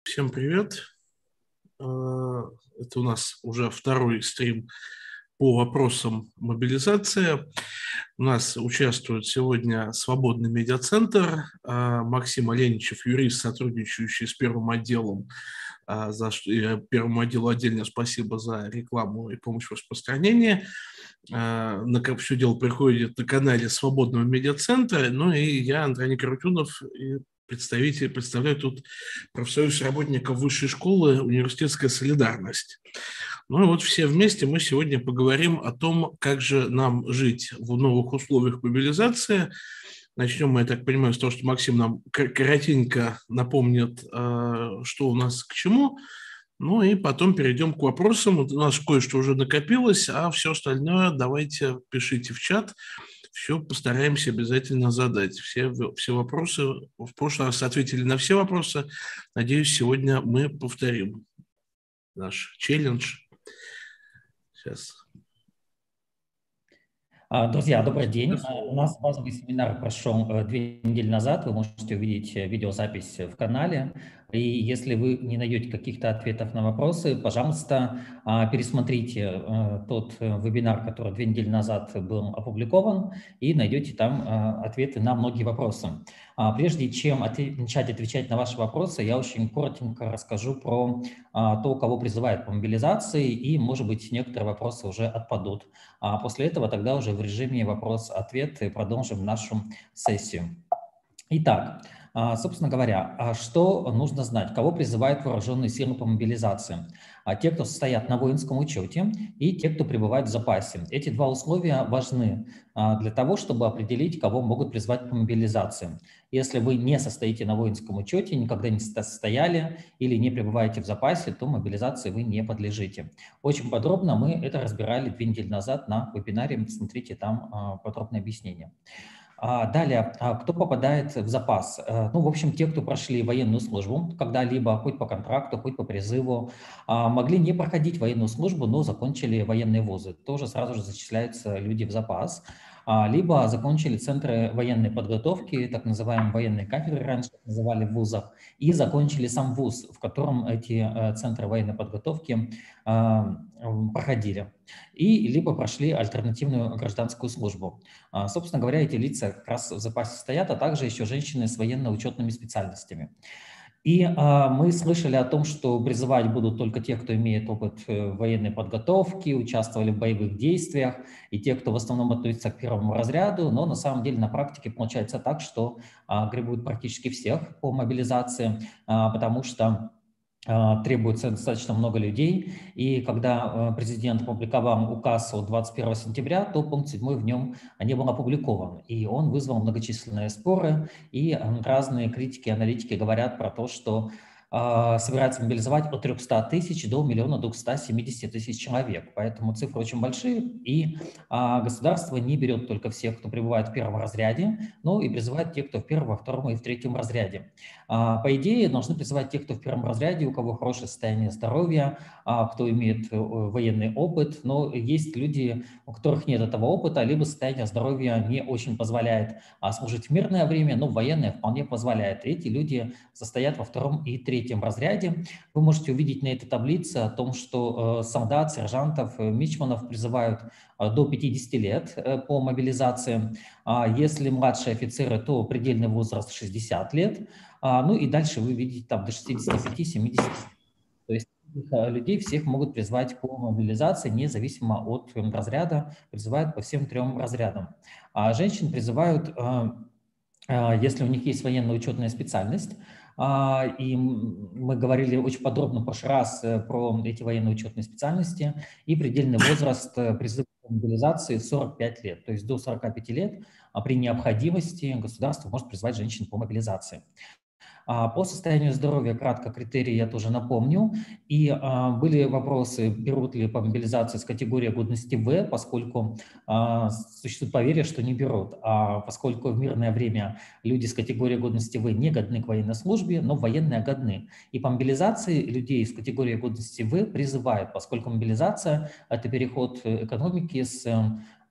Всем привет. Это у нас уже второй стрим по вопросам мобилизации. У нас участвует сегодня Свободный медиацентр, Максим Оленичев, юрист, сотрудничающий с Первым отделом, за что Первому отделу отдельно спасибо за рекламу и помощь в распространении. Все дело приходит на канале Свободного медиацентра, ну и я, Андрей Никарутюнов, представляю тут профсоюз работников высшей школы «Университетская солидарность». Ну и вот все вместе мы сегодня поговорим о том, как же нам жить в новых условиях мобилизации. Начнем мы, я так понимаю, с того, что Максим нам коротенько напомнит, что у нас к чему. Ну и потом перейдем к вопросам. Вот у нас кое-что уже накопилось, а все остальное давайте пишите в чат. Все постараемся обязательно задать. Все вопросы. В прошлый раз ответили на все вопросы. Надеюсь, сегодня мы повторим наш челлендж. Сейчас. Друзья, добрый день. У нас базовый семинар прошел 2 недели назад. Вы можете увидеть видеозапись в канале. И если вы не найдете каких-то ответов на вопросы, пожалуйста, пересмотрите тот вебинар, который 2 недели назад был опубликован, и найдете там ответы на многие вопросы. Прежде чем начать отвечать на ваши вопросы, я очень коротенько расскажу про то, кого призывают по мобилизации, и, может быть, некоторые вопросы уже отпадут. А после этого тогда уже в режиме вопрос-ответ продолжим нашу сессию. Итак, собственно говоря, что нужно знать? Кого призывают вооруженные силы по мобилизации? Те, кто состоят на воинском учете, и те, кто пребывает в запасе. Эти два условия важны для того, чтобы определить, кого могут призвать по мобилизации. Если вы не состоите на воинском учете, никогда не состояли или не пребываете в запасе, то мобилизации вы не подлежите. Очень подробно мы это разбирали 2 недели назад на вебинаре. Смотрите, там подробное объяснение. Далее, кто попадает в запас? Ну, в общем, те, кто прошли военную службу когда-либо, хоть по контракту, хоть по призыву, могли не проходить военную службу, но закончили военные вузы. Тоже сразу же зачисляются люди в запас. Либо закончили центры военной подготовки, так называемые военные кафедры раньше называли в вузах, и закончили сам вуз, в котором эти центры военной подготовки проходили. И либо прошли альтернативную гражданскую службу. Собственно говоря, эти лица как раз в запасе стоят, а также еще женщины с военно-учетными специальностями. И мы слышали о том, что призывать будут только те, кто имеет опыт военной подготовки, участвовали в боевых действиях, и те, кто в основном относится к первому разряду, но на самом деле на практике получается так, что гребут практически всех по мобилизации, потому что требуется достаточно много людей, и когда президент опубликовал указ от 21 сентября, то пункт 7 в нем не был опубликован, и он вызвал многочисленные споры, и разные критики, аналитики говорят про то, что собирается мобилизовать от 300 тысяч до 1 270 000 человек, поэтому цифры очень большие, и государство не берет только всех, кто пребывает в первом разряде, но и призывает тех, кто в первом, во втором и в третьем разряде. По идее, должны призывать тех, кто в первом разряде, у кого хорошее состояние здоровья, кто имеет военный опыт, но есть люди, у которых нет этого опыта, либо состояние здоровья не очень позволяет служить в мирное время, но в военное вполне позволяет. Эти люди состоят во втором и третьем разряде. Вы можете увидеть на этой таблице о том, что солдат, сержантов, мичманов призывают до 50 лет по мобилизации. Если младшие офицеры, то предельный возраст 60 лет. Ну и дальше вы видите там до 65-70. То есть людей всех могут призвать по мобилизации, независимо от разряда, призывают по всем 3 разрядам. Женщин призывают, если у них есть военно-учетная специальность, и мы говорили очень подробно в прошлый раз про эти военно-учетные специальности, и предельный возраст призыва к мобилизации 45 лет. То есть до 45 лет при необходимости государство может призвать женщин по мобилизации. По состоянию здоровья, кратко, критерии я тоже напомню. И были вопросы, берут ли по мобилизации с категории годности В, поскольку существует поверье, что не берут. Поскольку в мирное время люди с категории годности В не годны к военной службе, но военные годны. И по мобилизации людей с категории годности В призывают, поскольку мобилизация – это переход экономики с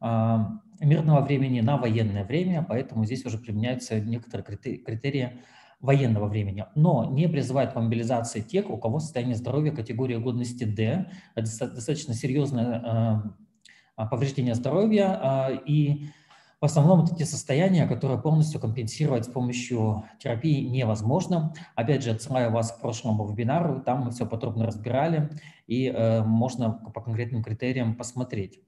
мирного времени на военное время, поэтому здесь уже применяются некоторые критерии военного времени, но не призывает к мобилизации тех, у кого состояние здоровья категории годности D, это достаточно серьезное повреждение здоровья, и в основном это те состояния, которые полностью компенсировать с помощью терапии невозможно. Опять же, отсылаю вас к прошлому вебинару, там мы все подробно разбирали, и можно по конкретным критериям посмотреть.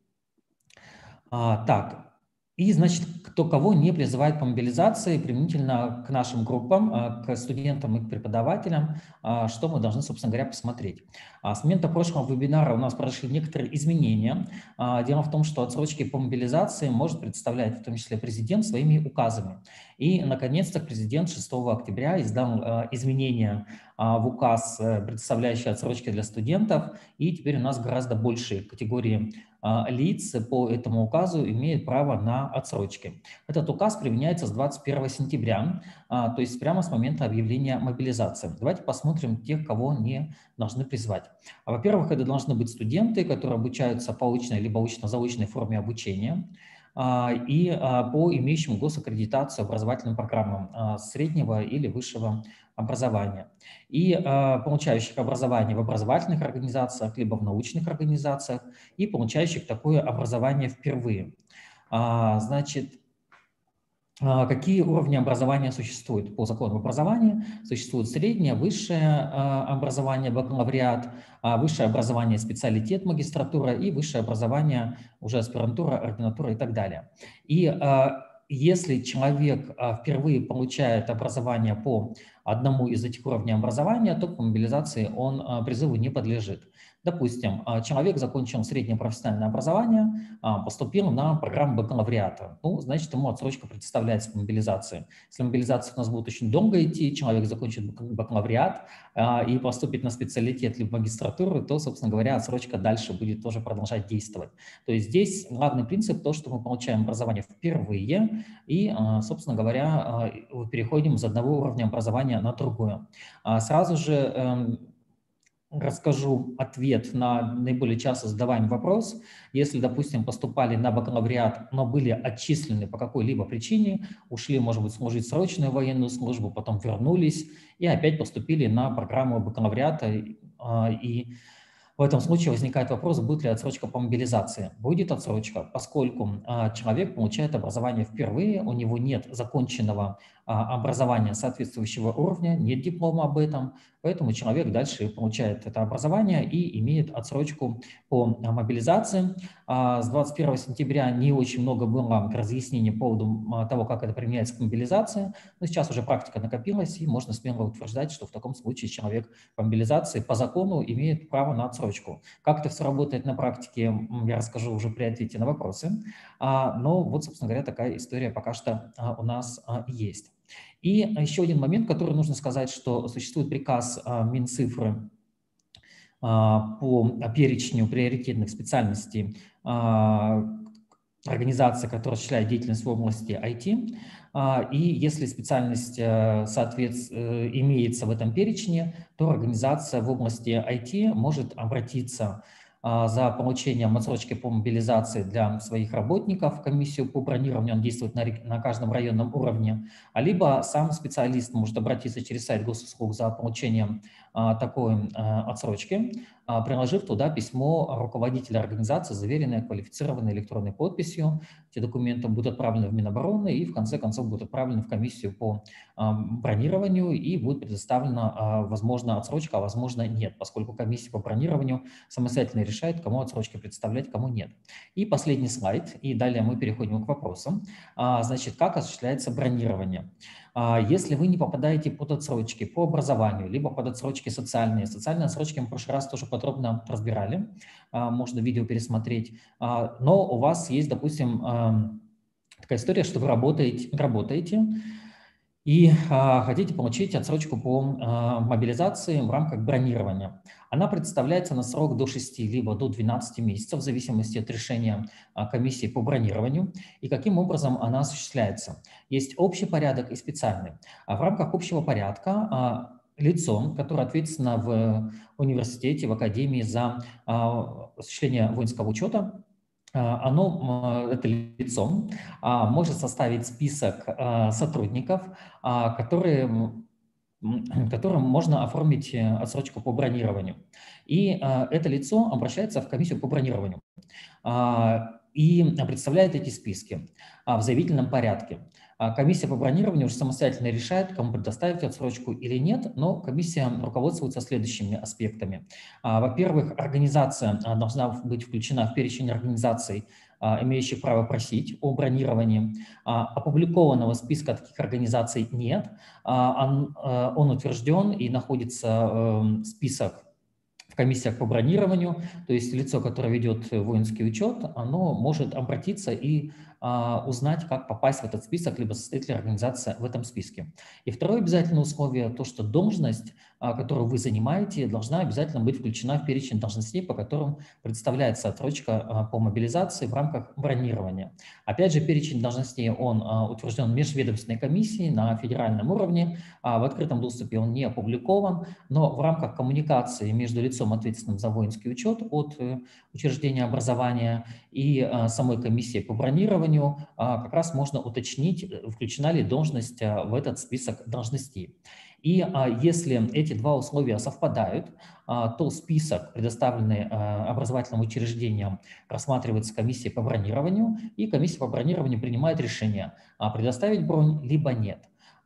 Так, и, значит, кто кого не призывает по мобилизации применительно к нашим группам, к студентам и к преподавателям, что мы должны, собственно говоря, посмотреть. С момента прошлого вебинара у нас прошли некоторые изменения. Дело в том, что отсрочки по мобилизации может представлять в том числе президент своими указами. И, наконец-то, президент 6 октября издал изменения в указ, предоставляющий отсрочки для студентов, и теперь у нас гораздо большие категории лиц по этому указу имеют право на отсрочки. Этот указ применяется с 21 сентября, то есть прямо с момента объявления мобилизации. Давайте посмотрим тех, кого не должны призвать. Во-первых, это должны быть студенты, которые обучаются по очной либо очно-заочной форме обучения, и по имеющим госаккредитацию образовательным программам среднего или высшего образования. И получающих образование в образовательных организациях, либо в научных организациях, и получающих такое образование впервые. Значит, какие уровни образования существуют по закону образования? Существует среднее, высшее образование, бакалавриат, высшее образование, специалитет, магистратура и высшее образование, уже аспирантура, ординатура и так далее. И если человек впервые получает образование по одному из этих уровней образования, то по мобилизации он призыву не подлежит. Допустим, человек закончил среднее профессиональное образование, поступил на программу бакалавриата. Ну, значит, ему отсрочка представляется по мобилизации. Если мобилизация у нас будет очень долго идти, человек закончит бакалавриат и поступит на специалитет либо магистратуру, то, собственно говоря, отсрочка дальше будет тоже продолжать действовать. То есть здесь главный принцип то, что мы получаем образование впервые и, собственно говоря, переходим из одного уровня образования на другое. Сразу же расскажу ответ на наиболее часто задаваемый вопрос. Если, допустим, поступали на бакалавриат, но были отчислены по какой-либо причине, ушли, может быть, служить срочную военную службу, потом вернулись и опять поступили на программу бакалавриата, и в этом случае возникает вопрос, будет ли отсрочка по мобилизации. Будет отсрочка, поскольку человек получает образование впервые, у него нет законченного образования соответствующего уровня, нет диплома об этом, поэтому человек дальше получает это образование и имеет отсрочку по мобилизации. С 21 сентября не очень много было разъяснений по поводу того, как это применяется к мобилизации, но сейчас уже практика накопилась, и можно смело утверждать, что в таком случае человек по мобилизации по закону имеет право на отсрочку. Как это все работает на практике, я расскажу уже при ответе на вопросы. Но вот, собственно говоря, такая история пока что у нас есть. И еще один момент, который нужно сказать, что существует приказ Минцифры по перечню приоритетных специальностей организации, которая осуществляет деятельность в области IT. И если специальность имеется в этом перечне, то организация в области IT может обратиться за получением отсрочки по мобилизации для своих работников в комиссию по бронированию, он действует на каждом районном уровне, либо сам специалист может обратиться через сайт госуслуг за получением такой отсрочки, приложив туда письмо руководителя организации, заверенное квалифицированной электронной подписью. Эти документы будут отправлены в Минобороны и в конце концов будут отправлены в комиссию по бронированию и будет предоставлена, возможно, отсрочка, а возможно нет, поскольку комиссия по бронированию самостоятельно решает, кому отсрочки представлять, кому нет. И последний слайд, и далее мы переходим к вопросам. Значит, как осуществляется бронирование? Если вы не попадаете под отсрочки по образованию, либо под отсрочки социальные отсрочки мы в прошлый раз тоже подробно разбирали, можно видео пересмотреть, но у вас есть, допустим, такая история, что вы работаете и хотите получить отсрочку по мобилизации в рамках бронирования. Она представляется на срок до 6 либо до 12 месяцев, в зависимости от решения комиссии по бронированию. И каким образом она осуществляется? Есть общий порядок и специальный. В рамках общего порядка лицо, которое ответственно в университете, в академии за осуществление воинского учета, это лицо может составить список сотрудников, которые которым можно оформить отсрочку по бронированию. И это лицо обращается в комиссию по бронированию и представляет эти списки в заявительном порядке. Комиссия по бронированию уже самостоятельно решает, кому предоставить отсрочку или нет, но комиссия руководствуется следующими аспектами. Во-первых, организация должна быть включена в перечень организаций, имеющих право просить о бронировании. Опубликованного списка таких организаций нет. Он утвержден и находится список в комиссиях по бронированию, то есть лицо, которое ведет воинский учет, оно может обратиться и узнать, как попасть в этот список, либо состоит ли организация в этом списке. И второе обязательное условие, то, что должность, которую вы занимаете, должна обязательно быть включена в перечень должностей, по которым представляется отсрочка по мобилизации в рамках бронирования. Опять же, перечень должностей, он утвержден межведомственной комиссией на федеральном уровне, в открытом доступе он не опубликован, но в рамках коммуникации между лицом, ответственным за воинский учет от учреждения образования, и самой комиссии по бронированию, как раз можно уточнить, включена ли должность в этот список должностей. И если эти два условия совпадают, то список, предоставленный образовательным учреждениям, рассматривается комиссией по бронированию, и комиссия по бронированию принимает решение, предоставить бронь, либо нет.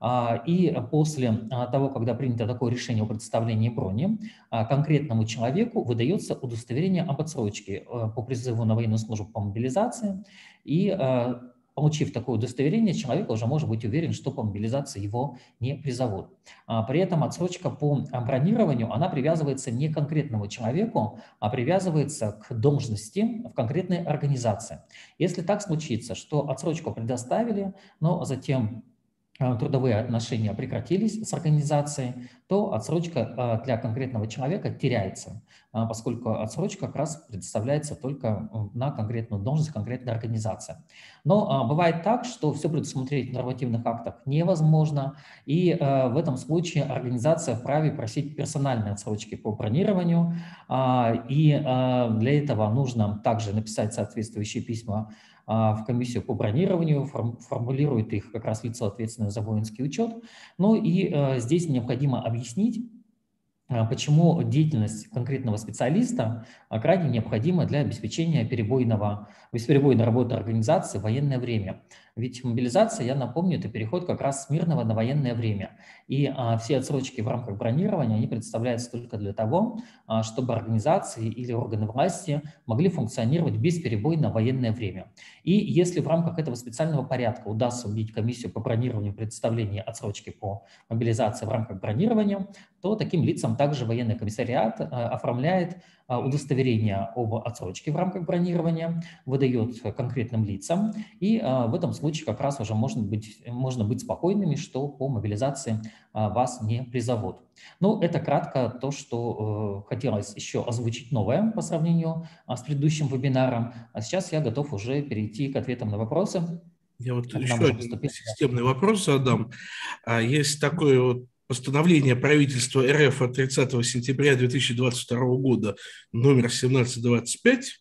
И после того, когда принято такое решение о предоставлении брони, конкретному человеку выдается удостоверение об отсрочке по призыву на военную службу по мобилизации. И получив такое удостоверение, человек уже может быть уверен, что по мобилизации его не призовут. При этом отсрочка по бронированию, она привязывается не к конкретному человеку, а привязывается к должности в конкретной организации. Если так случится, что отсрочку предоставили, но затем трудовые отношения прекратились с организацией, то отсрочка для конкретного человека теряется, поскольку отсрочка как раз предоставляется только на конкретную должность, конкретной организации. Но бывает так, что все предусмотреть в нормативных актах невозможно, и в этом случае организация вправе просить персональные отсрочки по бронированию, и для этого нужно также написать соответствующие письма в комиссию по бронированию, формулирует их как раз лицо, ответственное за воинский учет. Ну и здесь необходимо объяснить, почему деятельность конкретного специалиста крайне необходима для обеспечения бесперебойной работы организации в военное время. Ведь мобилизация, я напомню, это переход как раз с мирного на военное время. И все отсрочки в рамках бронирования, они представляются только для того, чтобы организации или органы власти могли функционировать бесперебойно в военное время. И если в рамках этого специального порядка удастся убедить комиссию по бронированию предоставления отсрочки по мобилизации в рамках бронирования, то таким лицам также военный комиссариат оформляет удостоверение об отсрочке в рамках бронирования, выдает конкретным лицам, и в этом случае как раз уже можно быть спокойными, что по мобилизации вас не призовут. Ну, это кратко то, что хотелось еще озвучить новое по сравнению с предыдущим вебинаром. А сейчас я готов уже перейти к ответам на вопросы. Я вот еще один системный вопрос задам. Есть такое вот постановление правительства РФ от 30 сентября 2022 года номер 1725,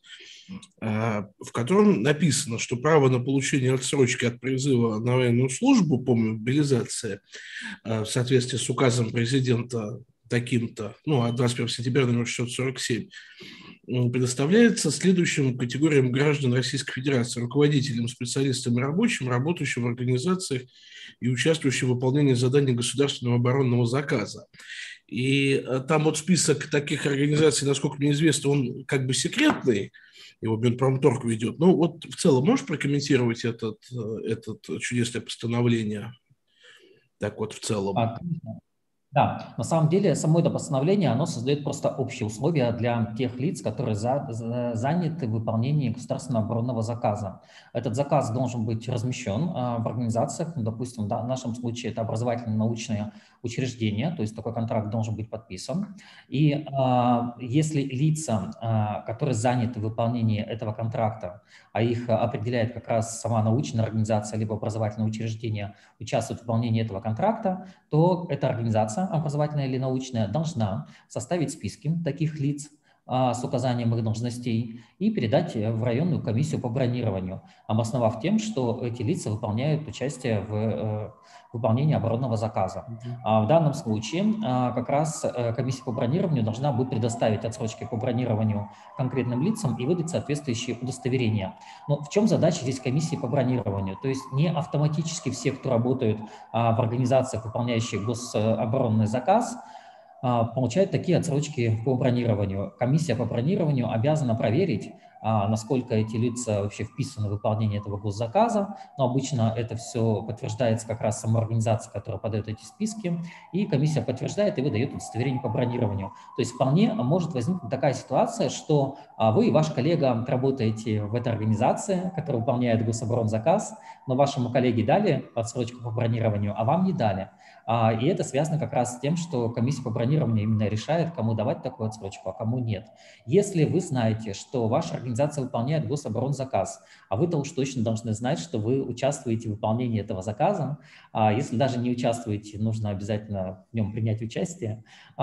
в котором написано, что право на получение отсрочки от призыва на военную службу по мобилизации в соответствии с указом президента таким-то, от 21 сентября номер 647, предоставляется следующим категориям граждан Российской Федерации: руководителям, специалистам и рабочим, работающим в организациях и участвующим в выполнении заданий государственного оборонного заказа. И там вот список таких организаций, насколько мне известно, он как бы секретный, его Минпромторг ведет. Ну вот в целом можешь прокомментировать это чудесное постановление? Так вот в целом. Да, на самом деле само это постановление, оно создает просто общие условия для тех лиц, которые заняты в выполнении государственного оборонного заказа. Этот заказ должен быть размещен в организациях, допустим, в нашем случае это образовательно-научные учреждения, то есть такой контракт должен быть подписан. И если лица, которые заняты в выполнении этого контракта, а их определяет как раз сама научная организация либо образовательное учреждение, участвуют в выполнении этого контракта, то эта организация образовательная или научная должна составить списки таких лиц, с указанием их должностей и передать в районную комиссию по бронированию, обосновав тем, что эти лица выполняют участие в выполнении оборонного заказа. В данном случае как раз комиссия по бронированию должна будет предоставить отсрочки по бронированию конкретным лицам и выдать соответствующие удостоверения. Но в чем задача здесь комиссии по бронированию? То есть не автоматически все, кто работают в организациях, выполняющих гособоронный заказ, получают такие отсрочки по бронированию. Комиссия по бронированию обязана проверить, насколько эти лица вообще вписаны в выполнение этого госзаказа, но обычно это все подтверждается как раз самой организацией, которая подает эти списки, и комиссия подтверждает и выдает удостоверение по бронированию. То есть вполне может возникнуть такая ситуация, что вы и ваш коллега работаете в этой организации, которая выполняет гособоронзаказ, но вашему коллеге дали отсрочку по бронированию, а вам не дали. И это связано как раз с тем, что комиссия по бронированию именно решает, кому давать такую отсрочку, а кому нет. Если вы знаете, что ваша организация выполняет гособоронзаказ, а вы-то уж точно должны знать, что вы участвуете в выполнении этого заказа, если даже не участвуете, нужно обязательно в нем принять участие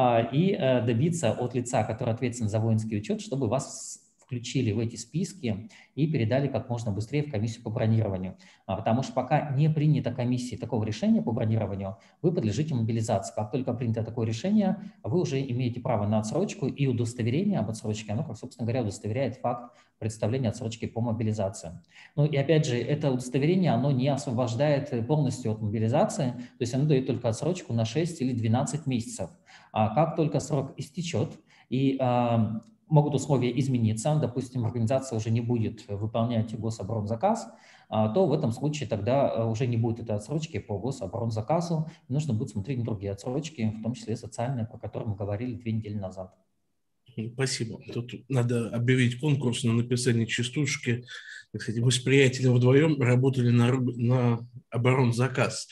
и добиться от лица, который ответственен за воинский учет, чтобы вас включили в эти списки и передали как можно быстрее в комиссию по бронированию. Потому что пока не принято комиссией такого решения по бронированию, вы подлежите мобилизации. Как только принято такое решение, вы уже имеете право на отсрочку, и удостоверение об отсрочке, оно, как, собственно говоря, удостоверяет факт представления отсрочки по мобилизации. Ну и опять же, это удостоверение, оно не освобождает полностью от мобилизации, то есть оно дает только отсрочку на 6 или 12 месяцев. А как только срок истечет, и могут условия измениться, допустим, организация уже не будет выполнять гособоронзаказ, то в этом случае тогда уже не будет этой отсрочки по гособоронзаказу, нужно будет смотреть на другие отсрочки, в том числе социальные, про которые мы говорили 2 недели назад. Спасибо. Тут надо объявить конкурс на написание частушки. Кстати, мы с приятелем вдвоем работали на оборонзаказ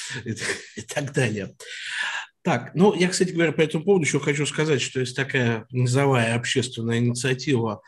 и так далее. Так, ну, я, кстати говоря, по этому поводу еще хочу сказать, что есть такая низовая общественная инициатива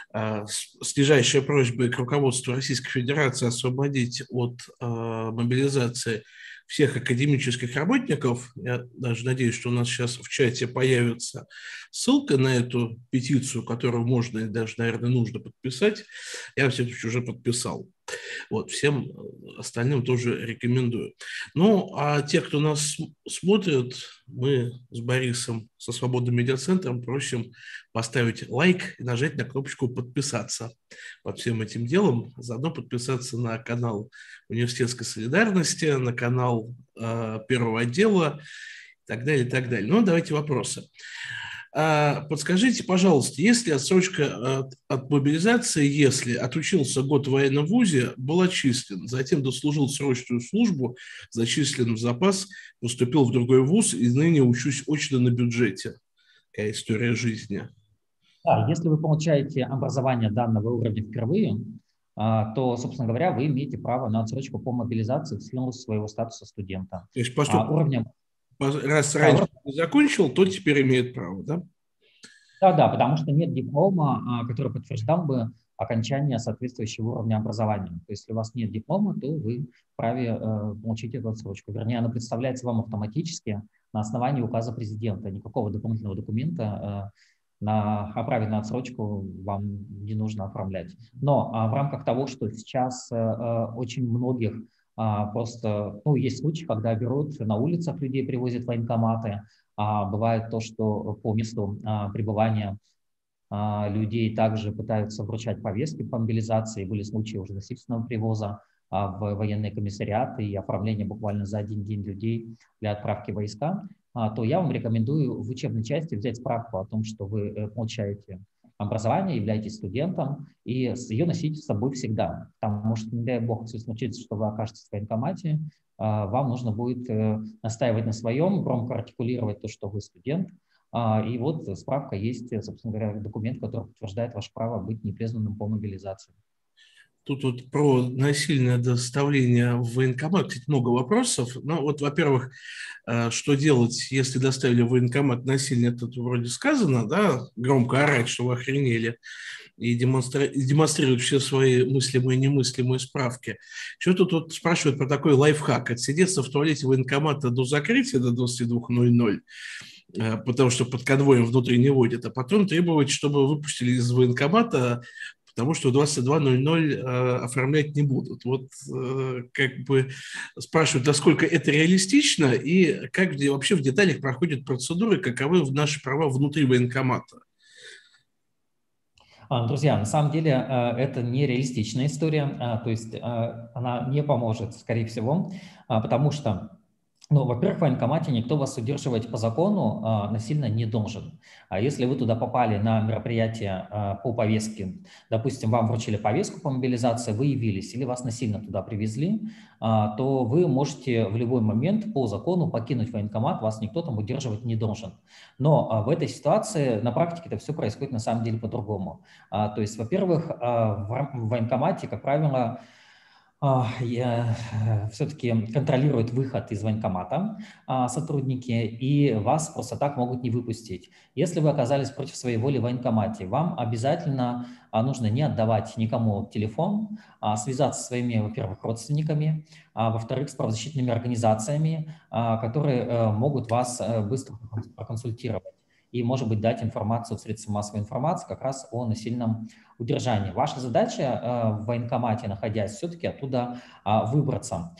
с нижайшей просьбой к руководству Российской Федерации освободить от мобилизации всех академических работников. Я даже надеюсь, что у нас сейчас в чате появится ссылка на эту петицию, которую можно и даже, наверное, нужно подписать. Я, во всяком случае, уже подписал. Вот, всем остальным тоже рекомендую. Ну, а те, кто нас смотрит, мы с Борисом со Свободным медиацентром просим поставить лайк и нажать на кнопочку «Подписаться» под всем этим делом. Заодно подписаться на канал Университетской солидарности, на канал Первого отдела и так далее, и так далее. Ну, давайте вопросы. Подскажите, пожалуйста, есть ли отсрочка от мобилизации, если отучился год в военном вузе, был отчислен, затем дослужил срочную службу, зачислен в запас, поступил в другой вуз и ныне учусь очно на бюджете? Какая история жизни? Да, если вы получаете образование данного уровня впервые, то, собственно говоря, вы имеете право на отсрочку по мобилизации в силу своего статуса студента. То есть, раз раньше не закончил, то теперь имеет право, да? Да, потому что нет диплома, который подтверждал бы окончание соответствующего уровня образования. То есть, если у вас нет диплома, то вы вправе получить эту отсрочку. Вернее, она представляется вам автоматически на основании указа президента. Никакого дополнительного документа о праве на отсрочку вам не нужно оформлять. Но в рамках того, что сейчас очень многих просто, есть случаи, когда берут на улицах людей, привозят в военкоматы, бывает то, что по месту пребывания людей также пытаются вручать повестки по мобилизации. Были случаи уже насильственного привоза в военные комиссариаты и оформления буквально за один день людей для отправки в войска. То я вам рекомендую в учебной части взять справку о том, что вы получаете образование, являетесь студентом, и ее носите с собой всегда. Потому что, не дай бог, если случится, что вы окажетесь в военкомате, вам нужно будет настаивать на своем, громко артикулировать то, что вы студент. И вот справка есть, собственно говоря, документ, который подтверждает ваше право быть непризнанным по мобилизации. Тут вот про насильное доставление в военкомат, кстати, много вопросов. Ну, вот, во-первых, что делать, если доставили в военкомат насильно, это вроде сказано, да, громко орать, что вы охренели, и демонстрируют все свои мыслимые и немыслимые справки. Что тут спрашивают про такой лайфхак? Отсидеться в туалете военкомата до закрытия, до 22:00, потому что под конвоем внутри не водят, а потом требовать, чтобы выпустили из военкомата, потому что в 22:00 оформлять не будут. Вот как бы спрашивают, насколько это реалистично и как вообще в деталях проходят процедуры, каковы наши права внутри военкомата. Друзья, на самом деле это не реалистичная история, то есть она не поможет, скорее всего, потому что, ну, во-первых, в военкомате никто вас удерживать по закону насильно не должен. А если вы туда попали на мероприятие по повестке, допустим, вам вручили повестку по мобилизации, вы явились или вас насильно туда привезли, то вы можете в любой момент по закону покинуть военкомат, вас никто там удерживать не должен. Но в этой ситуации на практике это все происходит на самом деле по-другому. То есть, во-первых, в военкомате, как правило, все-таки контролируют выход из военкомата сотрудники, и вас просто так могут не выпустить. Если вы оказались против своей воли в военкомате, вам обязательно нужно не отдавать никому телефон, связаться со своими, во-первых, родственниками, во-вторых, с правозащитными организациями, которые могут вас быстро проконсультировать и, может быть, дать информацию в средства массовой информации как раз о насильном удержании. Ваша задача в военкомате, находясь, все-таки оттуда выбраться.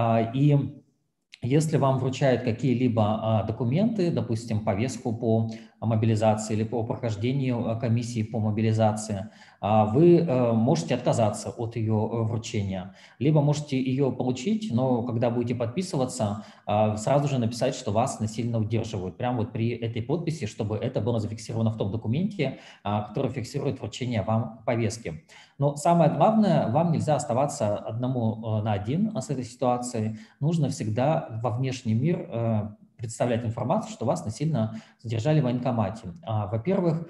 И если вам вручают какие-либо документы, допустим, повестку по мобилизации или по прохождению комиссии по мобилизации, вы можете отказаться от ее вручения, либо можете ее получить, но когда будете подписываться, сразу же написать, что вас насильно удерживают, прямо вот при этой подписи, чтобы это было зафиксировано в том документе, который фиксирует вручение вам повестки. Но самое главное, вам нельзя оставаться одному на один с этой ситуацией. Нужно всегда во внешний мир представлять информацию, что вас насильно задержали в военкомате. Во-первых,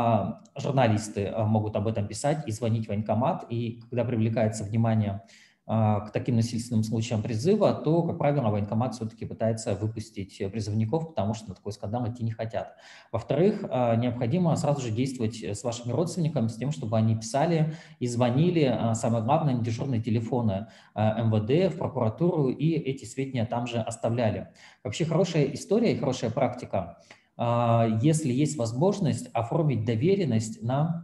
журналисты могут об этом писать и звонить в военкомат, и когда привлекается внимание к таким насильственным случаям призыва, то, как правило, военкомат все-таки пытается выпустить призывников, потому что на такой скандал идти не хотят. Во-вторых, необходимо сразу же действовать с вашими родственниками, с тем, чтобы они писали и звонили, самое главное, на дежурные телефоны МВД, в прокуратуру, и эти сведения там же оставляли. Вообще хорошая история и хорошая практика, если есть возможность оформить доверенность на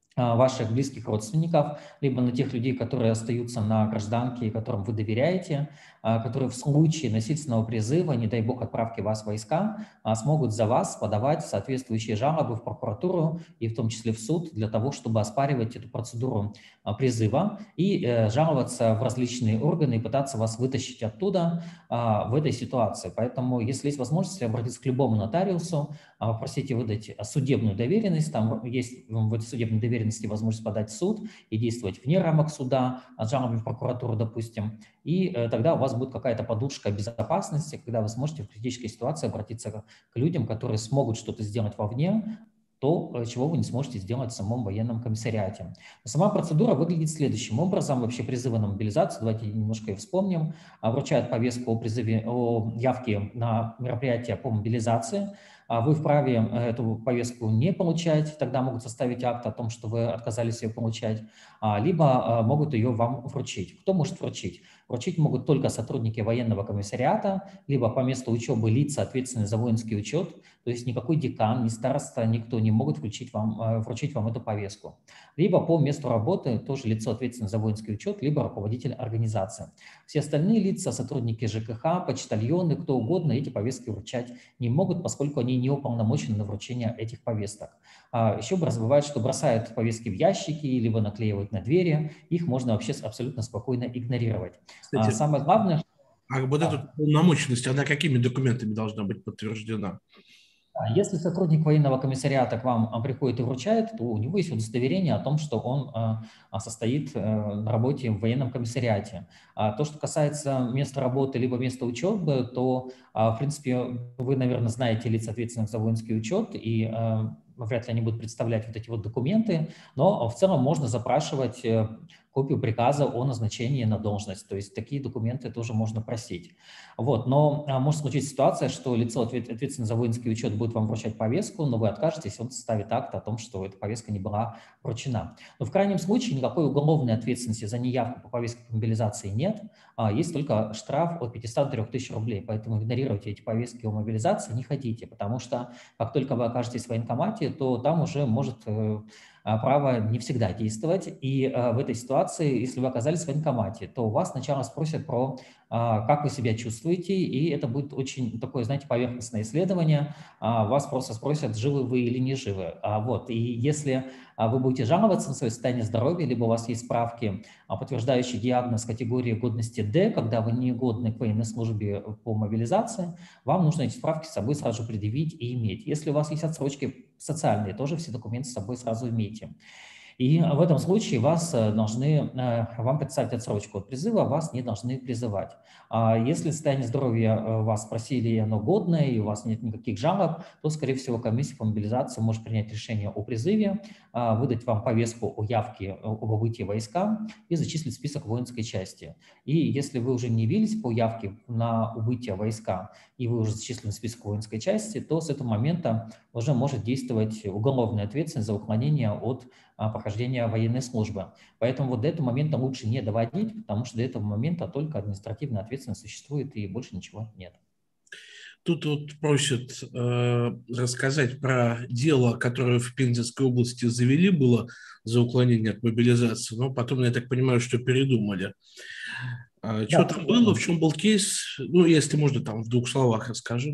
ваших близких родственников, либо на тех людей, которые остаются на гражданке и которым вы доверяете, которые в случае насильственного призыва, не дай бог отправки вас в войска, смогут за вас подавать соответствующие жалобы в прокуратуру и в том числе в суд для того, чтобы оспаривать эту процедуру призыва и жаловаться в различные органы и пытаться вас вытащить оттуда в этой ситуации. Поэтому, если есть возможность, обратиться к любому нотариусу, попросите выдать судебную доверенность, там есть в этой судебной доверенности возможность подать в суд и действовать вне рамок суда, с жалобами в прокуратуру, допустим, и тогда у вас будет какая-то подушка безопасности, когда вы сможете в критической ситуации обратиться к людям, которые смогут что-то сделать вовне, то, чего вы не сможете сделать в самом военном комиссариате. Сама процедура выглядит следующим образом. Вообще призывы на мобилизацию, давайте немножко и вспомним, вручают повестку о явке на мероприятие по мобилизации. Вы вправе эту повестку не получать, тогда могут составить акт о том, что вы отказались ее получать, либо могут ее вам вручить. Кто может вручить? Вручить могут только сотрудники военного комиссариата, либо по месту учебы лица, ответственные за воинский учет, то есть никакой декан, ни староста, никто не могут вручить вам эту повестку. Либо по месту работы тоже лицо, ответственное за воинский учет, либо руководитель организации. Все остальные лица, сотрудники ЖКХ, почтальоны, кто угодно, эти повестки вручать не могут, поскольку они не уполномочены на вручение этих повесток. Еще бывает, что бросают повестки в ящики, либо наклеивают на двери, их можно вообще абсолютно спокойно игнорировать. Кстати, самое главное... вот эта полномоченность, она какими документами должна быть подтверждена? Если сотрудник военного комиссариата к вам приходит и вручает, то у него есть удостоверение о том, что он состоит на работе в военном комиссариате. То, что касается места работы либо места учебы, то, в принципе, вы, наверное, знаете лиц, ответственных за воинский учет, и вряд ли они будут представлять вот эти вот документы, но в целом можно запрашивать копию приказа о назначении на должность. То есть такие документы тоже можно просить. Вот. Но может случиться ситуация, что лицо, ответственное за воинский учет, будет вам вручать повестку, но вы откажетесь, он составит акт о том, что эта повестка не была вручена. Но в крайнем случае никакой уголовной ответственности за неявку по повестке по мобилизации нет, есть только штраф от 500 до 3000 рублей. Поэтому игнорируйте эти повестки о мобилизации не хотите, потому что как только вы окажетесь в военкомате, то там уже может право не всегда действовать. И в этой ситуации, если вы оказались в военкомате, то у вас сначала спросят про как вы себя чувствуете, и это будет очень такое, знаете, поверхностное исследование. Вас просто спросят, живы вы или не живы. Вот. И если вы будете жаловаться на свое состояние здоровья, либо у вас есть справки, подтверждающие диагноз категории годности D, когда вы не годны к военной службе по мобилизации, вам нужно эти справки с собой сразу же предъявить и иметь. Если у вас есть отсрочки социальные, тоже все документы с собой сразу имейте. И в этом случае вам представить отсрочку от призыва, вас не должны призывать. Если состояние здоровья вас спросили, и оно годное, и у вас нет никаких жалоб, то, скорее всего, комиссия по мобилизации может принять решение о призыве, выдать вам повестку о явке, об убытии войска и зачислить список воинской части. И если вы уже не явились по явке на убытие войска, и вы уже зачислены в список воинской части, то с этого момента уже может действовать уголовная ответственность за уклонение от прохождения военной службы. Поэтому вот до этого момента лучше не доводить, потому что до этого момента только административная ответственность существует и больше ничего нет. Тут вот просят рассказать про дело, которое в Пензенской области завели было за уклонение от мобилизации, но потом, я так понимаю, что передумали. Что там было, в чем был кейс? Ну, если можно, там в 2 словах расскажи.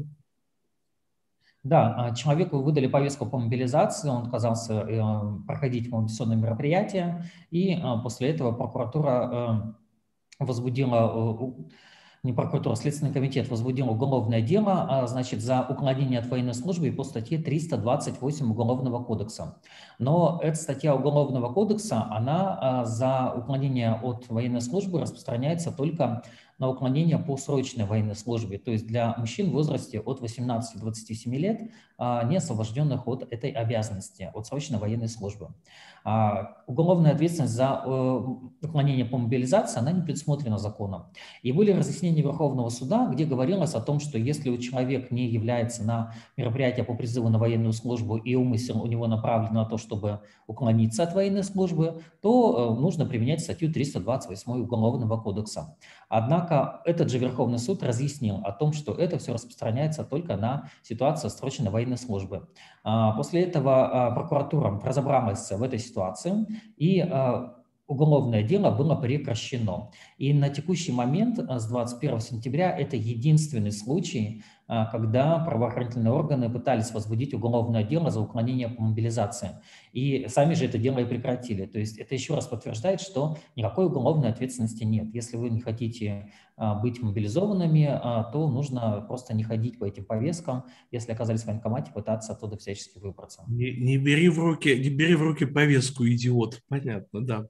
Да, человеку выдали повестку по мобилизации, он отказался проходить мобилизационные мероприятия, и после этого прокуратура возбудила, не прокуратура, Следственный комитет возбудил уголовное дело, значит, за уклонение от военной службы по статье 328 Уголовного кодекса. Но эта статья Уголовного кодекса, она за уклонение от военной службы распространяется только на уклонение по срочной военной службе, то есть для мужчин в возрасте от 18 до 27 лет, не освобожденных от этой обязанности, от срочной военной службы. Уголовная ответственность за уклонение по мобилизации, она не предусмотрена законом. И были разъяснения Верховного суда, где говорилось о том, что если человек не является на мероприятие по призыву на военную службу и умысел у него направлен на то, чтобы уклониться от военной службы, то нужно применять статью 328 Уголовного кодекса. Однако этот же Верховный суд разъяснил о том, что это все распространяется только на ситуацию срочной военной службы. После этого прокуратура разобралась в этой ситуации, и уголовное дело было прекращено. И на текущий момент, с 21 сентября, это единственный случай, когда правоохранительные органы пытались возбудить уголовное дело за уклонение по мобилизации. И сами же это дело и прекратили. То есть это еще раз подтверждает, что никакой уголовной ответственности нет. Если вы не хотите быть мобилизованными, то нужно просто не ходить по этим повесткам. Если оказались в военкомате, пытаться оттуда всячески выбраться. Не бери в руки повестку, идиот. Понятно, да.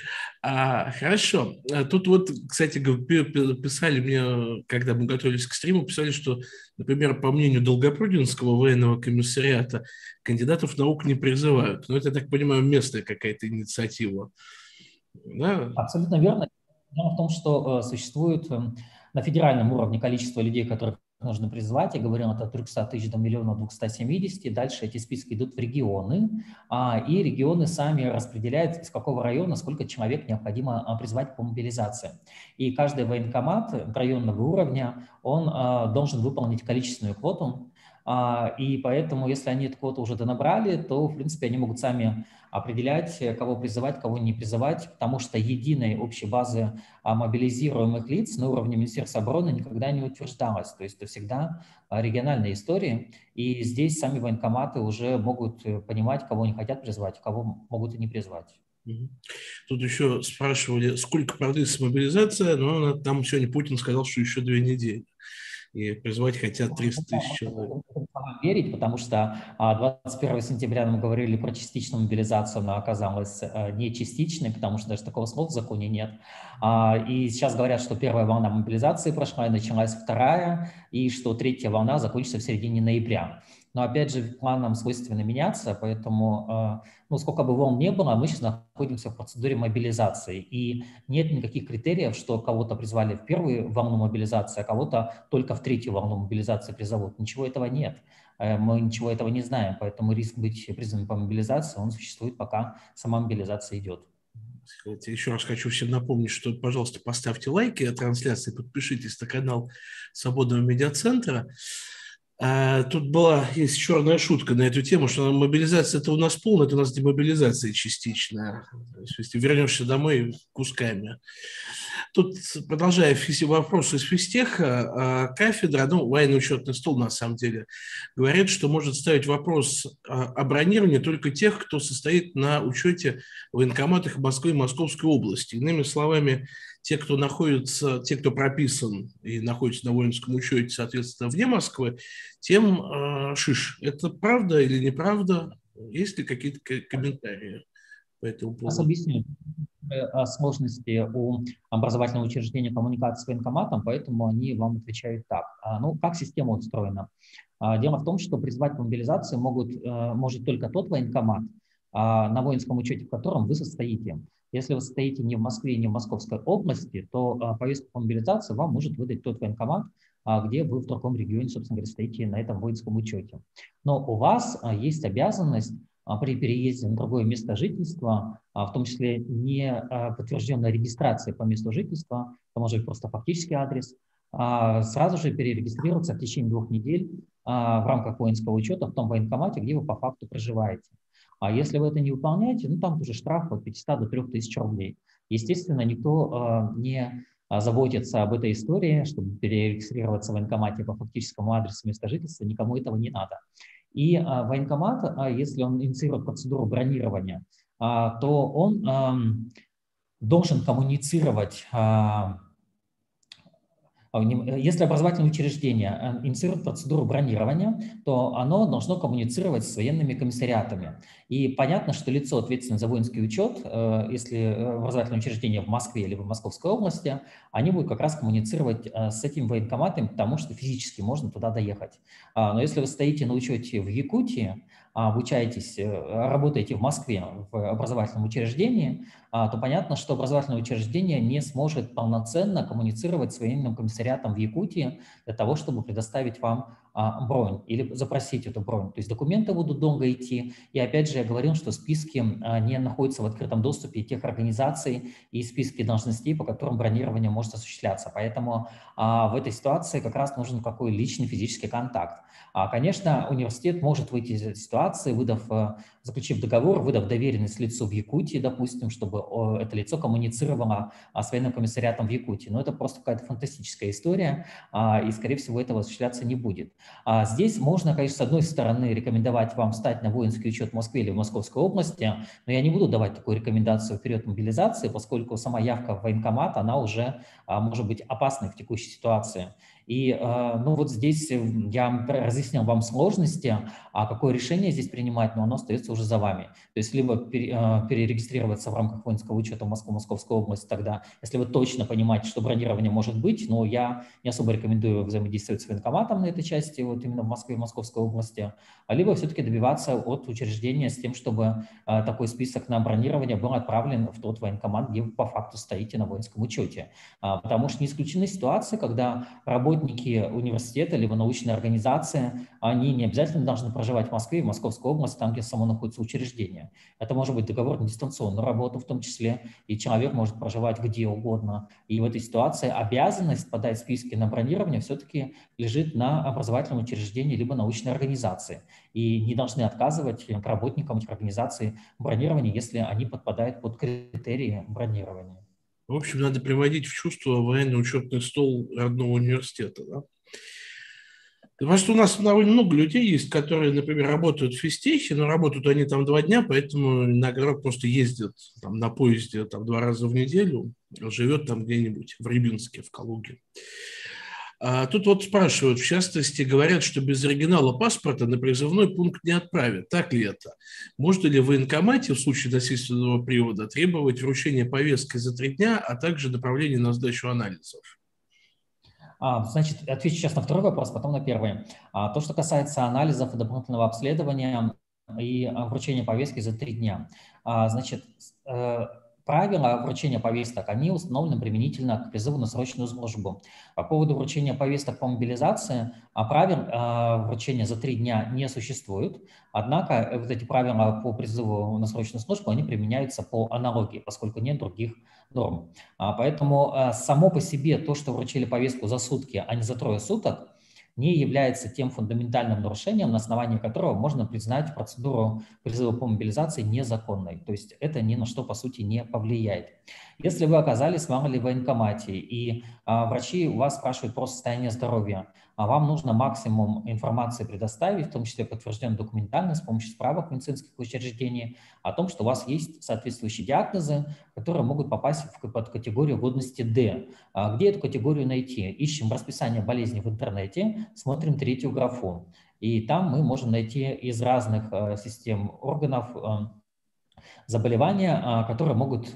Хорошо. Тут вот, кстати, писали мне, когда мы готовились к стриму, писали, что, например, по мнению Долгопрудинского военного комиссариата, кандидатов наук не призывают. Но это, я так понимаю, местная какая-то инициатива. Да? Абсолютно верно. Дело в том, что существует на федеральном уровне количество людей, которых нужно призывать. Я говорил, это от 300 тысяч до 1 270 000. Дальше эти списки идут в регионы, и регионы сами распределяют, из какого района сколько человек необходимо призвать по мобилизации. И каждый военкомат районного уровня, он должен выполнить количественную квоту, и поэтому, если они эту квоту уже донабрали, то, в принципе, они могут сами определять, кого призывать, кого не призывать, потому что единой общей базы мобилизируемых лиц на уровне Министерства обороны никогда не утверждалось. То есть это всегда региональные истории, и здесь сами военкоматы уже могут понимать, кого они хотят призвать, кого могут и не призвать. Тут еще спрашивали, сколько продлится мобилизация, но там сегодня Путин сказал, что еще 2 недели. И призвать хотят 300 тысяч человек. Верить, потому что 21 сентября нам говорили про частичную мобилизацию, она оказалась не частичной, потому что даже такого слова в законе нет. И сейчас говорят, что первая волна мобилизации прошла, и началась вторая, и что третья волна закончится в середине ноября. Но опять же, планам свойственно меняться, поэтому, ну, сколько бы волн не было, мы сейчас находимся в процедуре мобилизации. И нет никаких критериев, что кого-то призвали в первую волну мобилизации, а кого-то только в третью волну мобилизации призовут. Ничего этого нет. Мы ничего этого не знаем, поэтому риск быть призванным по мобилизации, он существует, пока сама мобилизация идет. Еще раз хочу всем напомнить, что, пожалуйста, поставьте лайки о трансляции, подпишитесь на канал Свободного медиацентра. Тут есть черная шутка на эту тему, что мобилизация это у нас полная, это у нас демобилизация частичная. То есть, если вернешься домой кусками. Тут, продолжая вопросы из физтеха, кафедра, военно-учетный стол на самом деле, говорит, что может ставить вопрос о бронировании только тех, кто состоит на учете в военкоматах Москвы и Московской области. Иными словами, те, кто прописан и находится на воинском учете, соответственно, вне Москвы, тем шиш. Это правда или неправда? Есть ли какие-то комментарии по этому поводу? Сейчас объясню сложности у образовательного учреждения коммуникации с военкоматом, поэтому они вам отвечают так. Ну, как система устроена? Дело в том, что призвать к мобилизации может только тот военкомат, на воинском учете в котором вы состоите. Если вы состоите не в Москве, не в Московской области, то повестку по мобилизации вам может выдать тот военкомат, где вы в другом регионе, собственно говоря, стоите на этом воинском учете. Но у вас есть обязанность при переезде на другое место жительства, в том числе не подтвержденная регистрация по месту жительства, это может быть просто фактический адрес, сразу же перерегистрироваться в течение 2 недель в рамках воинского учета в том военкомате, где вы по факту проживаете. А если вы это не выполняете, ну там уже штраф от 500 до 3000 рублей. Естественно, никто не заботится об этой истории, чтобы перерегистрироваться в военкомате по фактическому адресу места жительства, никому этого не надо. И военкомат, если он инициирует процедуру бронирования, то он должен коммуницировать. Если образовательное учреждение инициирует процедуру бронирования, то оно должно коммуницировать с военными комиссариатами. И понятно, что лицо, ответственное за воинский учет, если образовательное учреждение в Москве или в Московской области, они будут как раз коммуницировать с этим военкоматом, потому что физически можно туда доехать. Но если вы стоите на учете в Якутии, обучаетесь, работаете в Москве в образовательном учреждении, то понятно, что образовательное учреждение не сможет полноценно коммуницировать с военным комиссариатом в Якутии для того, чтобы предоставить вам бронь или запросить эту бронь. То есть документы будут долго идти. И опять же я говорил, что списки не находятся в открытом доступе тех организаций и списки должностей, по которым бронирование может осуществляться. Поэтому в этой ситуации как раз нужен какой личный физический контакт. Конечно, университет может выйти из этой ситуации, заключив договор, выдав доверенность лицу в Якутии, допустим, чтобы это лицо коммуницировало с военным комиссариатом в Якутии. Но это просто какая-то фантастическая история, и, скорее всего, этого осуществляться не будет. Здесь можно, конечно, с одной стороны рекомендовать вам встать на воинский учет в Москве или в Московской области, но я не буду давать такую рекомендацию в период мобилизации, поскольку сама явка в военкомат, она уже может быть опасной в текущей ситуации. И ну вот здесь я разъяснил вам сложности, какое решение здесь принимать, но оно остается уже за вами. То есть либо перерегистрироваться в рамках воинского учета в Москву, Московскую область тогда, если вы точно понимаете, что бронирование может быть, но я не особо рекомендую взаимодействовать с военкоматом на этой части, вот именно в Москве и Московской области, либо все-таки добиваться от учреждения с тем, чтобы такой список на бронирование был отправлен в тот военкомат, где вы по факту стоите на воинском учете. Потому что не исключены ситуации, когда работники университета либо научной организации, они не обязательно должны проживать в Москве и в Московской области, там, где само находится учреждение. Это может быть договор на дистанционную работу в том числе, и человек может проживать где угодно. И в этой ситуации обязанность подать списки на бронирование все-таки лежит на образовательном учреждении либо научной организации. И не должны отказывать работникам этих организаций бронирования, если они подпадают под критерии бронирования. В общем, надо приводить в чувство военно-учетный стол родного университета, да? Потому что у нас довольно много людей есть, которые, например, работают в физтехе, но работают они там 2 дня, поэтому иногда просто ездят там, на поезде 2 раза в неделю, живет там где-нибудь в Рябинске, в Калуге. Тут вот спрашивают, в частности, говорят, что без оригинала паспорта на призывной пункт не отправят. Так ли это? Можно ли в военкомате в случае насильственного привода требовать вручения повестки за 3 дня, а также направления на сдачу анализов? Значит, отвечу сейчас на второй вопрос, потом на первый. То, что касается анализов и дополнительного обследования и вручения повестки за 3 дня. Значит, правила вручения повесток, они установлены применительно к призыву на срочную службу. По поводу вручения повесток по мобилизации, правил вручения за 3 дня не существует. Однако вот эти правила по призыву на срочную службу, они применяются по аналогии, поскольку нет других норм. Поэтому само по себе то, что вручили повестку за сутки, а не за 3 суток, не является тем фундаментальным нарушением, на основании которого можно признать процедуру призыва по мобилизации незаконной. То есть это ни на что, по сути, не повлияет. Если вы оказались в военкомате, и врачи у вас спрашивают про состояние здоровья, а вам нужно максимум информации предоставить, в том числе подтвержденной документально, с помощью справок медицинских учреждений, о том, что у вас есть соответствующие диагнозы, которые могут попасть под категорию годности D. Где эту категорию найти? Ищем расписание болезни в интернете, смотрим 3-ю графу. И там мы можем найти из разных систем органов заболевания, которые могут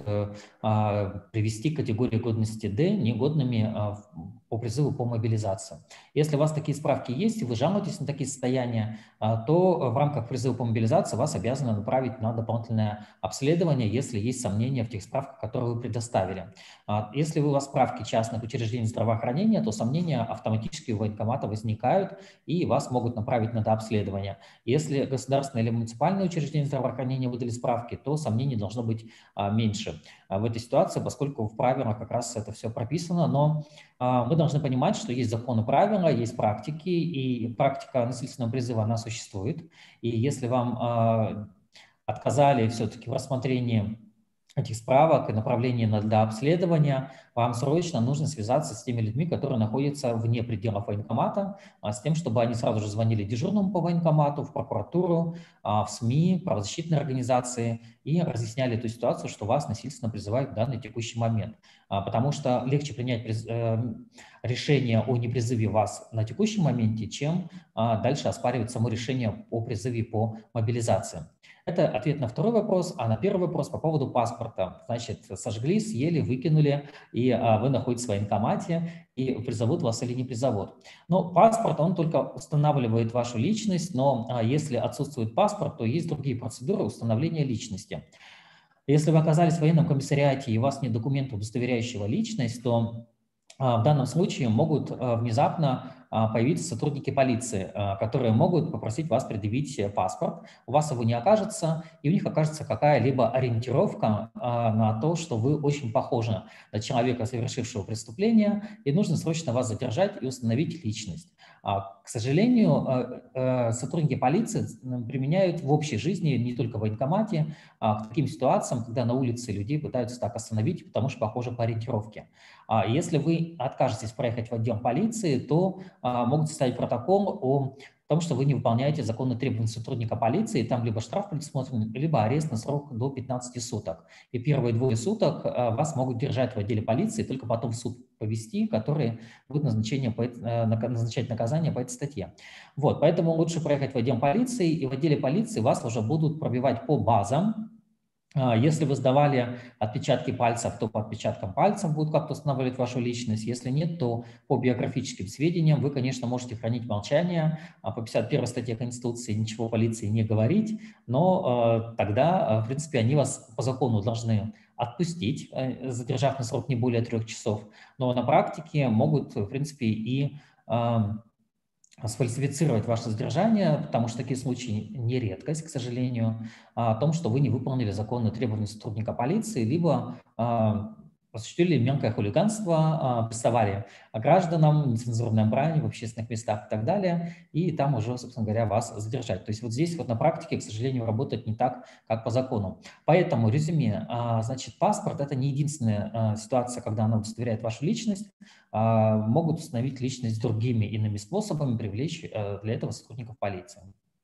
привести к категории годности D, негодными по призыву по мобилизации. Если у вас такие справки есть, и вы жалуетесь на такие состояния, то в рамках призыва по мобилизации вас обязаны направить на дополнительное обследование, если есть сомнения в тех справках, которые вы предоставили. Если у вас справки частных учреждений здравоохранения, то сомнения автоматически у военкомата возникают, и вас могут направить на дообследование. Если государственное или муниципальное учреждение здравоохранения выдали справки, то сомнений должно быть меньше в этой ситуации, поскольку в правилах как раз это все прописано, но мы должны понимать, что есть законы, правила, есть практики, и практика насильственного призыва, она существует. И если вам отказали все-таки в рассмотрении этих справок и направлений для обследования, вам срочно нужно связаться с теми людьми, которые находятся вне пределов военкомата, с тем, чтобы они сразу же звонили дежурному по военкомату, в прокуратуру, в СМИ, правозащитные организации и разъясняли эту ситуацию, что вас насильственно призывают в данный текущий момент. Потому что легче принять решение о непризыве вас на текущем моменте, чем дальше оспаривать само решение о призыве по мобилизации. Это ответ на второй вопрос, а на первый вопрос по поводу паспорта. Значит, сожгли, съели, выкинули, и вы находитесь в военкомате, и призовут вас или не призовут. Но паспорт, он только устанавливает вашу личность, но если отсутствует паспорт, то есть другие процедуры установления личности. Если вы оказались в военном комиссариате и у вас нет документа, удостоверяющего личность, то в данном случае могут внезапно появиться сотрудники полиции, которые могут попросить вас предъявить паспорт. У вас его не окажется, и у них окажется какая-либо ориентировка на то, что вы очень похожи на человека, совершившего преступление, и нужно срочно вас задержать и установить личность. К сожалению, сотрудники полиции применяют в общей жизни, не только в военкомате, к таким ситуациям, когда на улице людей пытаются так остановить, потому что похоже по ориентировке. Если вы откажетесь проехать в отдел полиции, то могут составить протокол о том, что вы не выполняете законные требования сотрудника полиции, там либо штраф предусмотрен, либо арест на срок до 15 суток. И первые 2 суток вас могут держать в отделе полиции, только потом в суд повести, который будет назначать наказание по этой статье. Вот, поэтому лучше проехать в отдел полиции, и в отделе полиции вас уже будут пробивать по базам. Если вы сдавали отпечатки пальцев, то по отпечаткам пальцев будут как-то устанавливать вашу личность. Если нет, то по биографическим сведениям вы, конечно, можете хранить молчание. По 51 статье Конституции ничего полиции не говорить, но тогда, в принципе, они вас по закону должны отпустить, задержав на срок не более 3 часов. Но на практике могут, в принципе, и сфальсифицировать ваше задержание, потому что такие случаи не редкость, к сожалению, о том, что вы не выполнили законные требования сотрудника полиции, либо осуществили мелкое хулиганство, прессовали гражданам, нецензурное брань в общественных местах и так далее, и там уже, собственно говоря, вас задержать. То есть вот здесь вот на практике, к сожалению, работает не так, как по закону. Поэтому, резюме, значит, паспорт – это не единственная ситуация, когда она удостоверяет вашу личность, могут установить личность другими иными способами, привлечь для этого сотрудников полиции.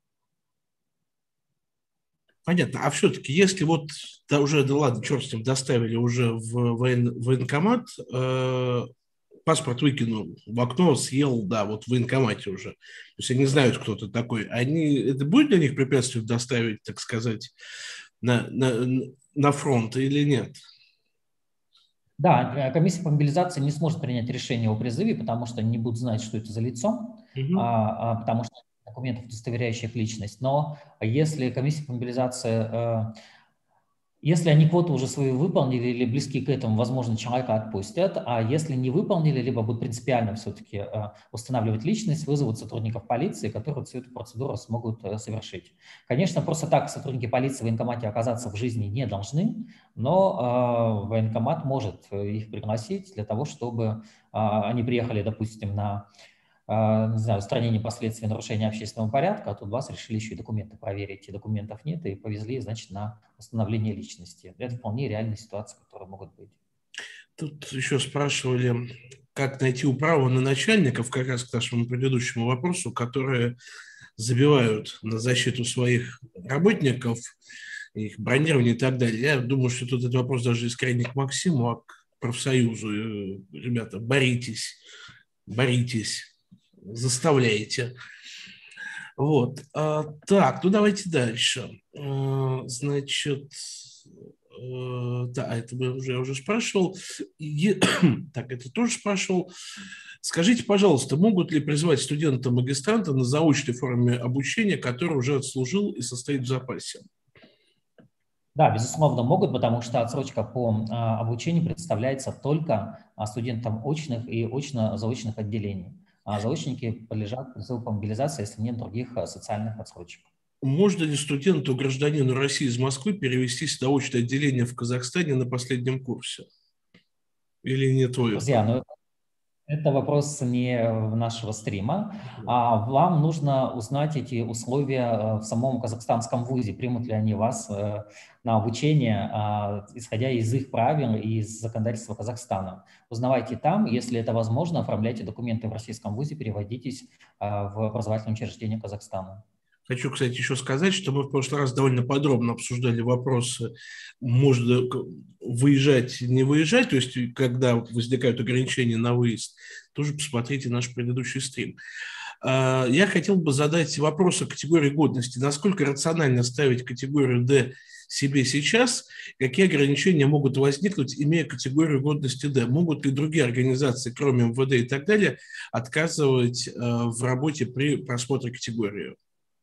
Понятно. А все-таки, если вот да ладно, черт с ним, доставили уже в военкомат, паспорт выкинул в окно, съел, да, вот в военкомате уже. То есть они знают, кто ты такой. Это будет для них препятствием доставить, так сказать, на фронт или нет? Да, комиссия по мобилизации не сможет принять решение о призыве, потому что не будут знать, что это за лицо, потому что документов, удостоверяющих личность. Но если комиссия по мобилизации, если они квоту уже свою выполнили или близки к этому, возможно, человека отпустят, а если не выполнили, либо будут принципиально все-таки устанавливать личность, вызовут сотрудников полиции, которые всю эту процедуру смогут совершить. Конечно, просто так сотрудники полиции в военкомате оказаться в жизни не должны, но военкомат может их пригласить для того, чтобы они приехали, допустим, на не знаю, устранение последствий нарушения общественного порядка, а тут вас решили еще и документы проверить, и документов нет, и повезли, значит, на установление личности. Это вполне реальная ситуация, которая могут быть. Тут еще спрашивали, как найти управу на начальников, как раз к нашему предыдущему вопросу, которые забивают на защиту своих работников, их бронирование и так далее. Я думаю, что тут этот вопрос даже искренне к Максиму, а к профсоюзу. Ребята, боритесь, боритесь, заставляйте. Вот. Так, ну давайте дальше. Значит, да, это я уже спрашивал. Так, это тоже спрашивал. Скажите, пожалуйста, могут ли призвать студента-магистранта на заочной форме обучения, который уже отслужил и состоит в запасе? Да, безусловно, могут, потому что отсрочка по обучению представляется только студентам очных и очно-заочных отделений. А заочники подлежат призыву по мобилизации, если нет других социальных отсрочек. Можно ли студенту-гражданину России из Москвы перевестись на очное отделение в Казахстане на последнем курсе? Или не твой Друзья, вопрос? ну это вопрос не нашего стрима. Вам нужно узнать эти условия в самом казахстанском вузе, примут ли они вас на обучение, исходя из их правил и из законодательства Казахстана. Узнавайте там, если это возможно, оформляйте документы в российском вузе, переводитесь в образовательное учреждение Казахстана. Хочу, кстати, еще сказать, что мы в прошлый раз довольно подробно обсуждали вопросы, можно выезжать, не выезжать, то есть когда возникают ограничения на выезд, тоже посмотрите наш предыдущий стрим. Я хотел бы задать вопрос о категории годности. Насколько рационально ставить категорию D себе сейчас? Какие ограничения могут возникнуть, имея категорию годности D? Могут ли другие организации, кроме МВД и так далее, отказывать в работе при просмотре категории?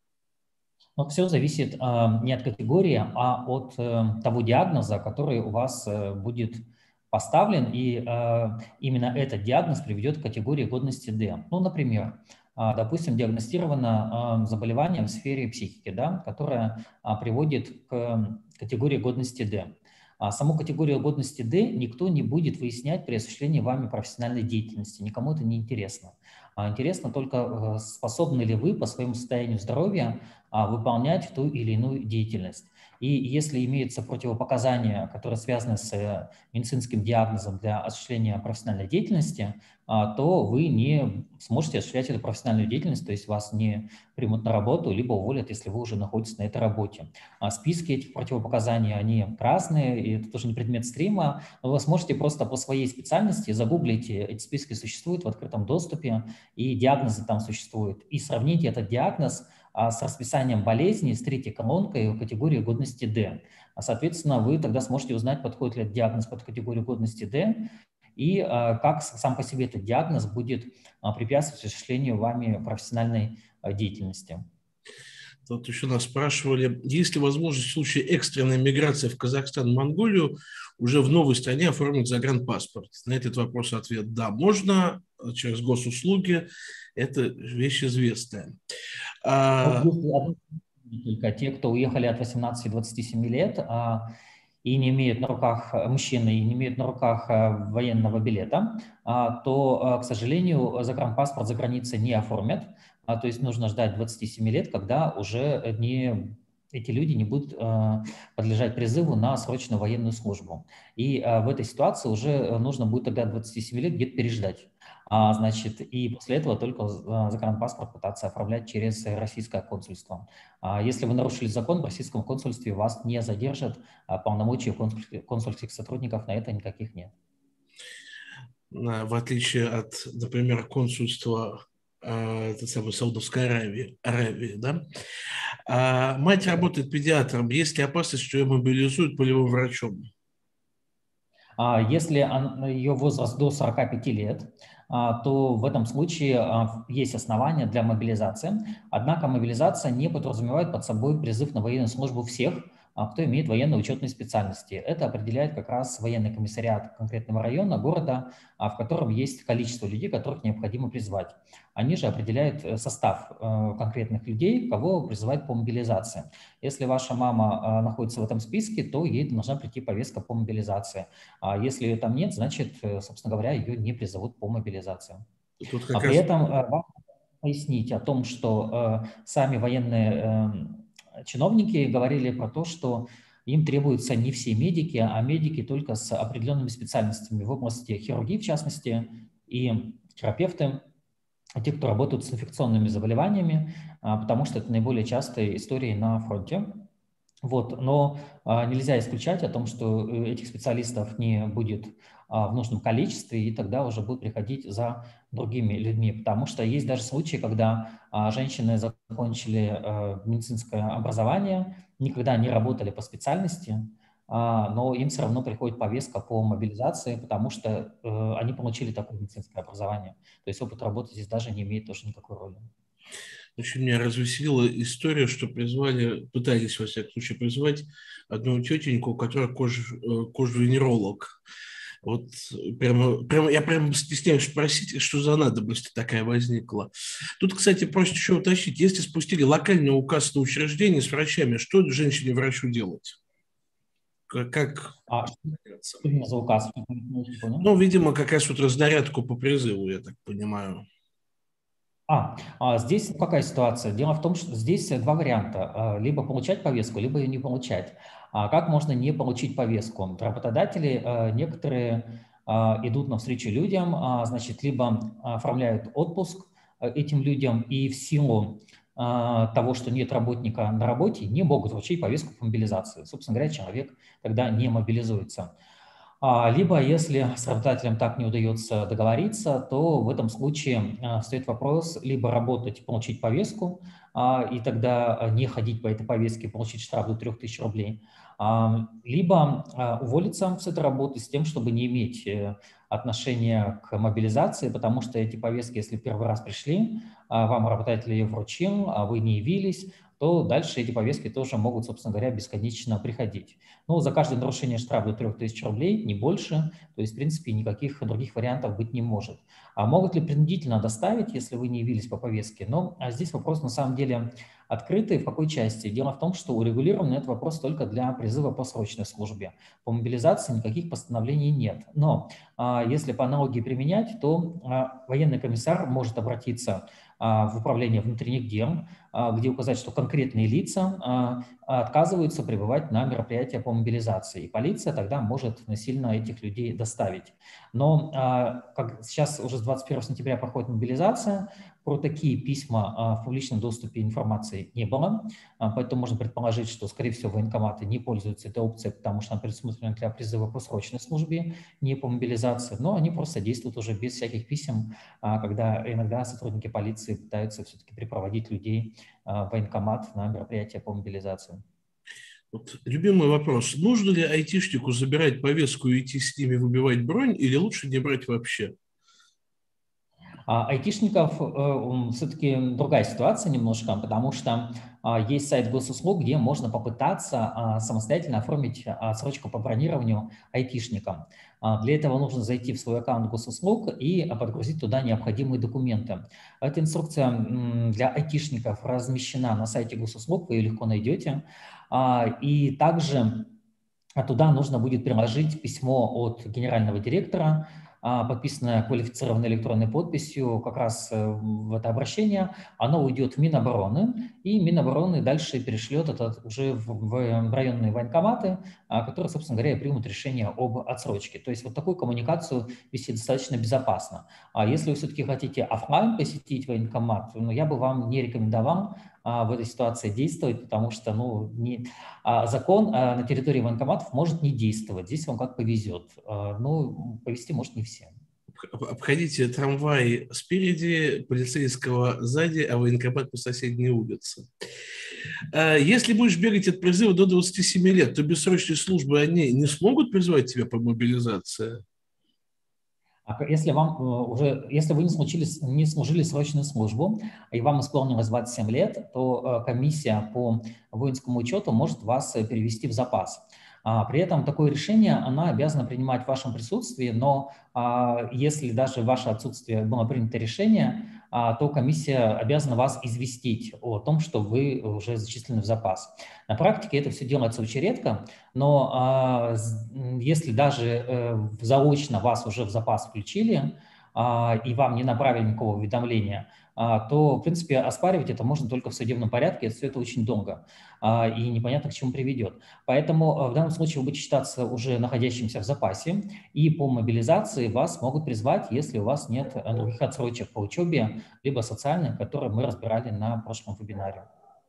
Но все зависит не от категории, а от того диагноза, который у вас будет поставлен, и именно этот диагноз приведет к категории годности D. Ну, например, допустим, диагностировано заболевание в сфере психики, да, которое приводит к категории годности D. Саму категорию годности D никто не будет выяснять при осуществлении вами профессиональной деятельности, никому это не интересно. Интересно только, способны ли вы по своему состоянию здоровья выполнять ту или иную деятельность. И если имеются противопоказания, которые связаны с медицинским диагнозом для осуществления профессиональной деятельности, то вы не сможете осуществлять эту профессиональную деятельность, то есть вас не примут на работу, либо уволят, если вы уже находитесь на этой работе. Списки этих противопоказаний, они разные, и это тоже не предмет стрима, но вы сможете просто по своей специальности загуглить, эти списки существуют в открытом доступе, и диагнозы там существуют, и сравните этот диагноз с расписанием болезни с третьей колонкой в категории годности D. Соответственно, вы тогда сможете узнать, подходит ли этот диагноз под категорию годности D, и как сам по себе этот диагноз будет препятствовать осуществлению вами профессиональной деятельности. Тут еще нас спрашивали, есть ли возможность в случае экстренной миграции в Казахстан, Монголию уже в новой стране оформить загранпаспорт? На этот вопрос ответ – да, можно, через госуслуги, это вещь известная. Только те, кто уехали от 18-27 лет и не имеют на руках, мужчины, и не имеют на руках военного билета, то, к сожалению, загранпаспорт за границей не оформят. То есть нужно ждать 27 лет, когда уже эти люди не будут подлежать призыву на срочную военную службу. И в этой ситуации уже нужно будет тогда 27 лет где-то переждать. Значит, и после этого только загранпаспорт пытаться оформлять через российское консульство. Если вы нарушили закон, в российском консульстве вас не задержат, полномочий консульских сотрудников на это никаких нет. В отличие от, например, консульства Саудовской Аравии, да? Мать работает педиатром. Есть ли опасность, что ее мобилизуют полевым врачом? Если ее возраст до 45 лет, то в этом случае есть основания для мобилизации. Однако мобилизация не подразумевает под собой призыв на военную службу всех, кто имеет военно-учетные специальности. Это определяет как раз военный комиссариат конкретного района, города, в котором есть количество людей, которых необходимо призвать. Они же определяют состав конкретных людей, кого призывать по мобилизации. Если ваша мама находится в этом списке, то ей должна прийти повестка по мобилизации. А если ее там нет, значит, собственно говоря, ее не призовут по мобилизации. Тут А как при раз этом вам пояснить о том, что сами военные чиновники говорили про то, что им требуются не все медики, а медики только с определенными специальностями в области хирургии, в частности, и терапевты, те, кто работают с инфекционными заболеваниями, потому что это наиболее частые истории на фронте. Вот, но нельзя исключать о том, что этих специалистов не будет в нужном количестве, и тогда уже будут приходить за другими людьми, потому что есть даже случаи, когда женщины закончили медицинское образование, никогда не работали по специальности, но им все равно приходит повестка по мобилизации, потому что они получили такое медицинское образование. То есть опыт работы здесь даже не имеет тоже никакой роли. очень меня развеселила история, что пытались, во всяком случае, призвать одну тетеньку, которая кожвенеролог. Вот я прямо стесняюсь спросить, что за надобность такая возникла. Тут, кстати, просят еще уточнить, если спустили локальный указ на учреждение с врачами, что женщине-врачу делать? Как? Что у меня за указ? Не понял. Ну, видимо, как раз вот разнарядку по призыву, я так понимаю. Здесь какая ситуация? Дело в том, что здесь два варианта. Либо получать повестку, либо ее не получать. Как можно не получить повестку? Работодатели некоторые идут навстречу людям, значит, либо оформляют отпуск этим людям и в силу того, что нет работника на работе, не могут вручить повестку по мобилизации. Собственно говоря, человек тогда не мобилизуется. Либо, если с работодателем так не удается договориться, то в этом случае стоит вопрос либо работать, получить повестку, и тогда не ходить по этой повестке, получить штраф до 3000 рублей, либо уволиться с этой работы с тем, чтобы не иметь отношения к мобилизации, потому что эти повестки, если первый раз пришли, вам работодатель ее вручил, а вы не явились, то дальше эти повестки тоже могут, собственно говоря, бесконечно приходить. Но за каждое нарушение штраф до 3000 рублей, не больше, то есть, в принципе, никаких других вариантов быть не может. А могут ли принудительно доставить, если вы не явились по повестке? Но здесь вопрос на самом деле открытый. В какой части? Дело в том, что урегулирован этот вопрос только для призыва по срочной службе. По мобилизации никаких постановлений нет. Но если по аналогии применять, то военный комиссар может обратиться в управление внутренних дел, где указать, что конкретные лица отказываются пребывать на мероприятия по мобилизации. И полиция тогда может насильно этих людей доставить. Но как сейчас уже с 21 сентября проходит мобилизация, про такие письма в публичном доступе информации не было, поэтому можно предположить, что, скорее всего, военкоматы не пользуются этой опцией, потому что она предусмотрена для призыва по срочной службе, не по мобилизации, но они просто действуют уже без всяких писем, когда иногда сотрудники полиции пытаются все-таки припроводить людей в военкомат на мероприятие по мобилизации. Вот любимый вопрос. Нужно ли айтишнику забирать повестку и идти с ними выбивать бронь, или лучше не брать вообще? Айтишников все-таки другая ситуация немножко, потому что есть сайт госуслуг, где можно попытаться самостоятельно оформить отсрочку по бронированию айтишникам. Для этого нужно зайти в свой аккаунт госуслуг и подгрузить туда необходимые документы. Эта инструкция для айтишников размещена на сайте госуслуг, вы ее легко найдете. И также туда нужно будет приложить письмо от генерального директора, подписанное квалифицированной электронной подписью, как раз в это обращение, оно уйдет в Минобороны, и Минобороны дальше перешлет это уже в районные военкоматы, которые, собственно говоря, примут решение об отсрочке. То есть вот такую коммуникацию вести достаточно безопасно. А если вы все-таки хотите офлайн посетить военкомат, я бы вам не рекомендовал в этой ситуации действовать, потому что закон на территории военкоматов может не действовать. Здесь вам как повезет. Но повезти может не всем. обходите трамвай спереди, полицейского сзади, а военкомат по соседней улице. Если будешь бегать от призыва до 27 лет, то бессрочные службы, они не смогут призвать тебя по мобилизации? Если если вы не служили срочную службу, и вам исполнилось 27 лет, то комиссия по воинскому учету может вас перевести в запас. При этом такое решение она обязана принимать в вашем присутствии, но если даже в ваше отсутствие было принято решение, то комиссия обязана вас известить о том, что вы уже зачислены в запас. На практике это все делается очень редко, но если даже заочно вас уже в запас включили, и вам не направили никакого уведомления, то, в принципе, оспаривать это можно только в судебном порядке, все это очень долго, и непонятно, к чему приведет. Поэтому в данном случае вы будете считаться уже находящимся в запасе, и по мобилизации вас могут призвать, если у вас нет других отсрочек по учебе, либо социальных, которые мы разбирали на прошлом вебинаре.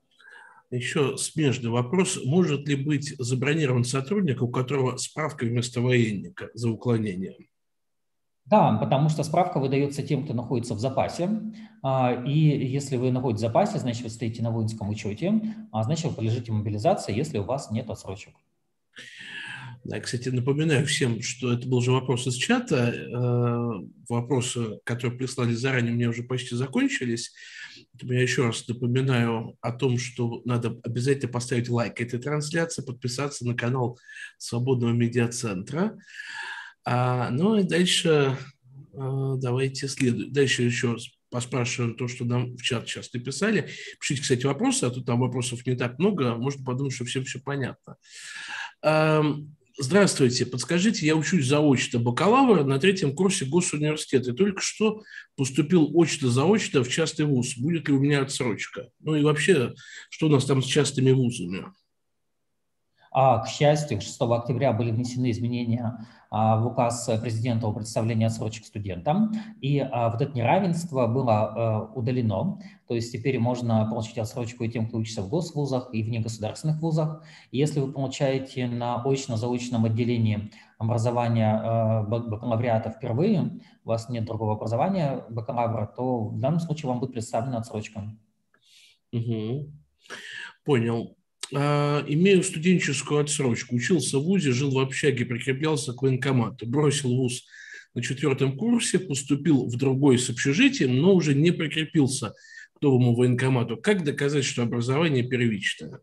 Еще смежный вопрос. Может ли быть забронирован сотрудник, у которого справка вместо военника за уклонение? Да, потому что справка выдается тем, кто находится в запасе. И если вы находитесь в запасе, значит, вы стоите на воинском учете, значит, вы подлежите мобилизации, если у вас нет отсрочек. Да, кстати, напоминаю всем, что это был же вопрос из чата. Вопросы, которые прислали заранее, мне уже почти закончились. Я еще раз напоминаю о том, что надо обязательно поставить лайк этой трансляции, подписаться на канал Свободного медиацентра. Ну и дальше давайте следуем. Дальше еще раз поспрашиваем то, что нам в чат сейчас написали. Пишите, кстати, вопросы, а то там вопросов не так много. Можно подумать, что всем все понятно. Здравствуйте, подскажите, я учусь заочно бакалавра на 3-м курсе госуниверситета. И только что поступил очно-заочно в частный вуз. Будет ли у меня отсрочка? Ну и вообще, что у нас там с частными вузами? К счастью, 6 октября были внесены изменения в указ президента о предоставлении отсрочек студентам, и вот это неравенство было удалено, то есть теперь можно получить отсрочку и тем, кто учится в госвузах, и в негосударственных вузах. И если вы получаете на очно-заочном отделении образования бакалавриата впервые, у вас нет другого образования бакалавра, то в данном случае вам будет представлена отсрочка. Угу. Понял. Имею студенческую отсрочку. Учился в вузе, жил в общаге, прикреплялся к военкомату. Бросил вуз на 4-м курсе, поступил в другой с общежитием, но уже не прикрепился к новому военкомату. Как доказать, что образование первичное?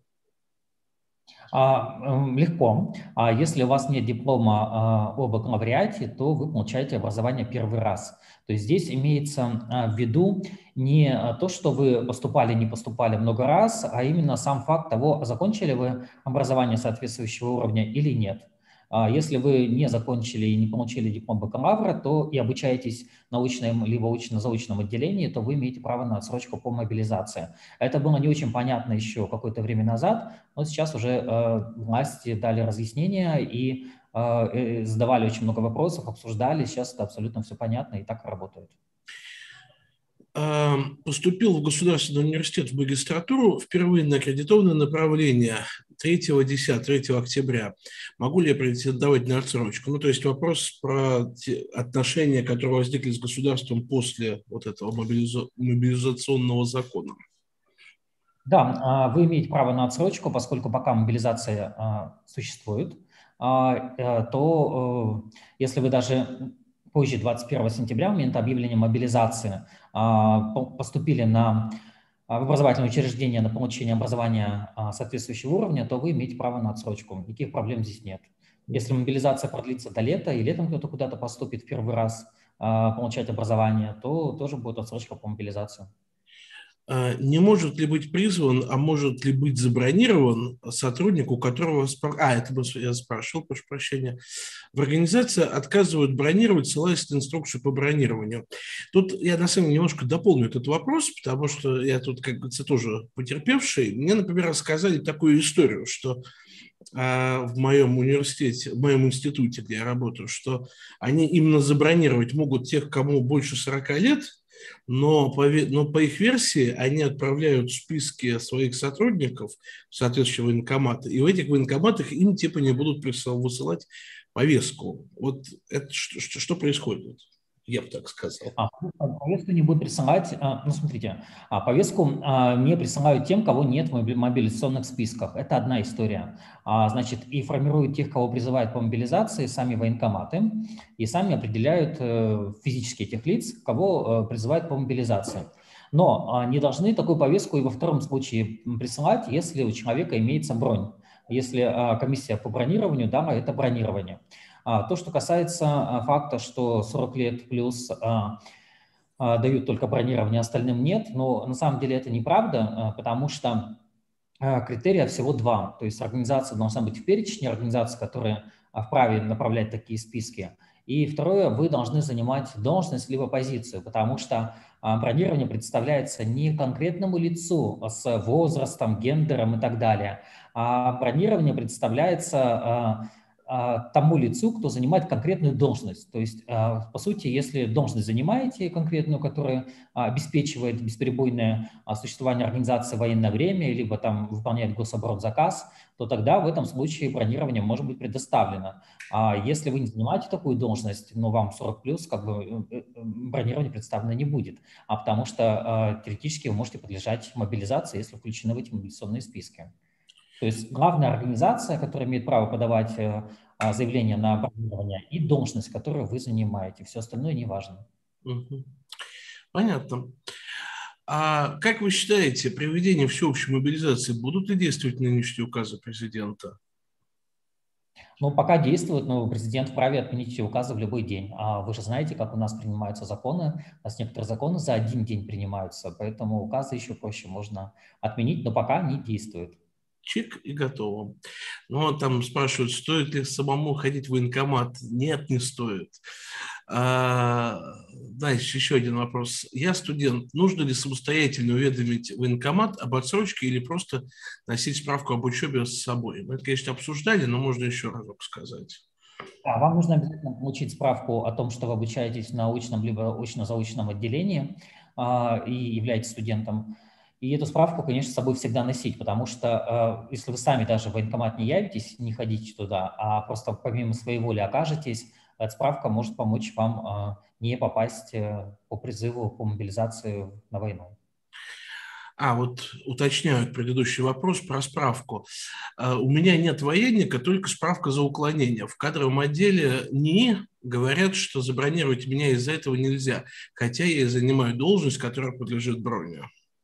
Легко. Если у вас нет диплома о бакалавриате, то вы получаете образование первый раз. То есть здесь имеется в виду не то, что вы поступали, не поступали много раз, а именно сам факт того, закончили вы образование соответствующего уровня или нет. Если вы не закончили и не получили диплом бакалавра, то и обучаетесь на очном либо очно-заочном отделении, то вы имеете право на отсрочку по мобилизации. Это было не очень понятно еще какое-то время назад, но сейчас уже власти дали разъяснения и задавали очень много вопросов, обсуждали. Сейчас это абсолютно все понятно и так работает. Поступил в Государственный университет в магистратуру, впервые на аккредитованное направление 3 октября. Могу ли я претендовать на отсрочку? Ну, то есть вопрос про отношения, которые возникли с государством после вот этого мобилизационного закона. Да, вы имеете право на отсрочку, поскольку пока мобилизация существует, то если вы даже позже 21 сентября, в момент объявления мобилизации, поступили в образовательное учреждение на получение образования соответствующего уровня, то вы имеете право на отсрочку. Никаких проблем здесь нет. Если мобилизация продлится до лета, и летом кто-то куда-то поступит в первый раз получать образование, то тоже будет отсрочка по мобилизации. Не может ли быть призван, а может ли быть забронирован сотрудник, у которого... это я спрашивал, прошу прощения. В организации отказывают бронировать, ссылаясь на инструкцию по бронированию. Тут я, на самом деле, немножко дополню этот вопрос, потому что я тут, как говорится, тоже потерпевший. Мне, например, рассказали такую историю, что в моем университете, в моем институте, где я работаю, что они именно забронировать могут тех, кому больше 40 лет, но по их версии они отправляют списки своих сотрудников в соответствующие военкоматы, и в этих военкоматах им типа не будут высылать повестку. Вот это что происходит? я бы так сказал. Повестку не будут присылать, ну смотрите, повестку не присылают тем, кого нет в мобилизационных списках. Это одна история. Значит, и формируют тех, кого призывают по мобилизации, сами военкоматы, и сами определяют физически этих лиц, кого призывают по мобилизации. Но не должны такую повестку и во втором случае присылать, если у человека имеется бронь. Если комиссия по бронированию, да, это бронирование. То, что касается факта, что 40 лет плюс дают только бронирование, остальным нет, но на самом деле это неправда, потому что критерия всего два. То есть организация должна быть в перечне, организации, которые вправе направлять такие списки. И второе, вы должны занимать должность либо позицию, потому что бронирование представляется не конкретному лицу с возрастом, гендером и так далее, а бронирование представляется тому лицу, кто занимает конкретную должность. То есть, по сути, если должность занимаете конкретную, которая обеспечивает бесперебойное существование организации в военное время, либо там выполняет гособоронзаказ, то тогда в этом случае бронирование может быть предоставлено. А если вы не занимаете такую должность, но вам 40+, как бы бронирование представлено не будет, потому что теоретически вы можете подлежать мобилизации, если включены в эти мобилизационные списки. То есть главная организация, которая имеет право подавать заявление на бронирование, и должность, которую вы занимаете. Все остальное не важно. Понятно. А как вы считаете, при введении всеобщей мобилизации будут ли действовать нынешние указы президента? Ну, пока действует, но президент вправе отменить эти указы в любой день. А вы же знаете, как у нас принимаются законы. У нас некоторые законы за один день принимаются, поэтому указы еще проще можно отменить, но пока не действуют. Чик и готово. Ну, там спрашивают, стоит ли самому ходить в военкомат. Нет, не стоит. Дальше еще один вопрос. Я студент. Нужно ли самостоятельно уведомить военкомат об отсрочке или просто носить справку об учебе с собой? Мы это, конечно, обсуждали, но можно еще разок сказать. Да, вам нужно обязательно получить справку о том, что вы обучаетесь в научном либо очно-заочном отделении и являетесь студентом. И эту справку, конечно, с собой всегда носить, потому что если вы сами даже в военкомат не явитесь, не ходите туда, а просто помимо своей воли окажетесь, эта справка может помочь вам не попасть по призыву, по мобилизации на войну. Вот уточняют предыдущий вопрос про справку. У меня нет военника, только справка за уклонение. В кадровом отделе НИИ говорят, что забронировать меня из-за этого нельзя, хотя я и занимаю должность, которая подлежит броне.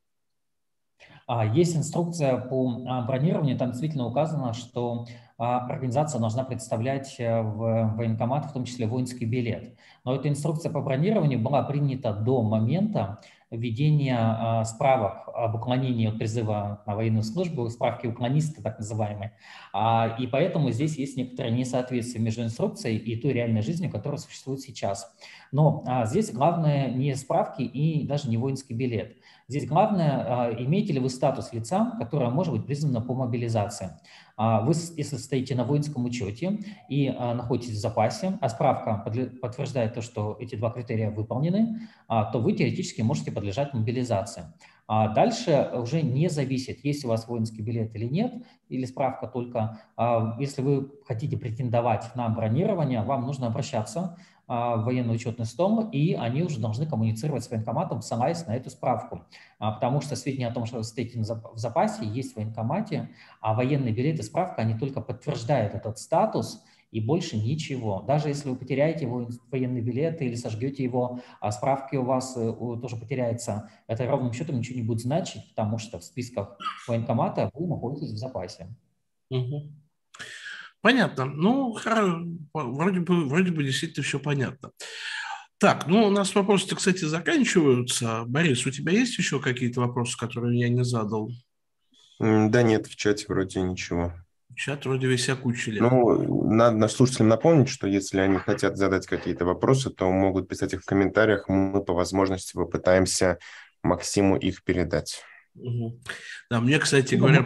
Есть инструкция по бронированию, там действительно указано, что организация должна представлять в военкомат, в том числе воинский билет. Но эта инструкция по бронированию была принята до момента введения справок об уклонении от призыва на военную службу, справки уклониста так называемые. И поэтому здесь есть некоторое несоответствие между инструкцией и той реальной жизнью, которая существует сейчас. Но здесь главное не справки и даже не воинский билет. Здесь главное, имеете ли вы статус лица, которое может быть призвано по мобилизации. Вы, если стоите на воинском учете и находитесь в запасе, а справка подтверждает то, что эти два критерия выполнены, то вы теоретически можете подлежать мобилизации. Дальше уже не зависит, есть у вас воинский билет или нет, или справка только. Если вы хотите претендовать на бронирование, вам нужно обращаться в военный учетный стол, и они уже должны коммуницировать с военкоматом, ссылаясь на эту справку. Потому что сведения о том, что вы стоите в запасе, есть в военкомате, а военный билет и справка, они только подтверждают этот статус, и больше ничего. Даже если вы потеряете военный билет или сожгете его, а справки у вас тоже потеряется, это ровным счетом ничего не будет значить, потому что в списках военкомата вы находитесь в запасе. Угу. Понятно. Ну, вроде бы действительно все понятно. Так, ну, у нас вопросы, кстати, заканчиваются. Борис, у тебя есть еще какие-то вопросы, которые я не задал? Да нет, в чате вроде ничего. Чат вроде весь окучили. Ну, надо слушателям напомнить, что если они хотят задать какие-то вопросы, то могут писать их в комментариях. Мы по возможности попытаемся Максиму их передать. Угу. Да, мне, кстати говоря,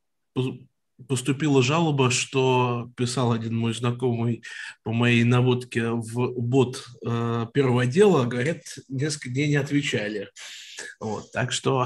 поступила жалоба, что писал один мой знакомый по моей наводке в бот первого отдела, говорят, несколько дней не отвечали. Вот, так что...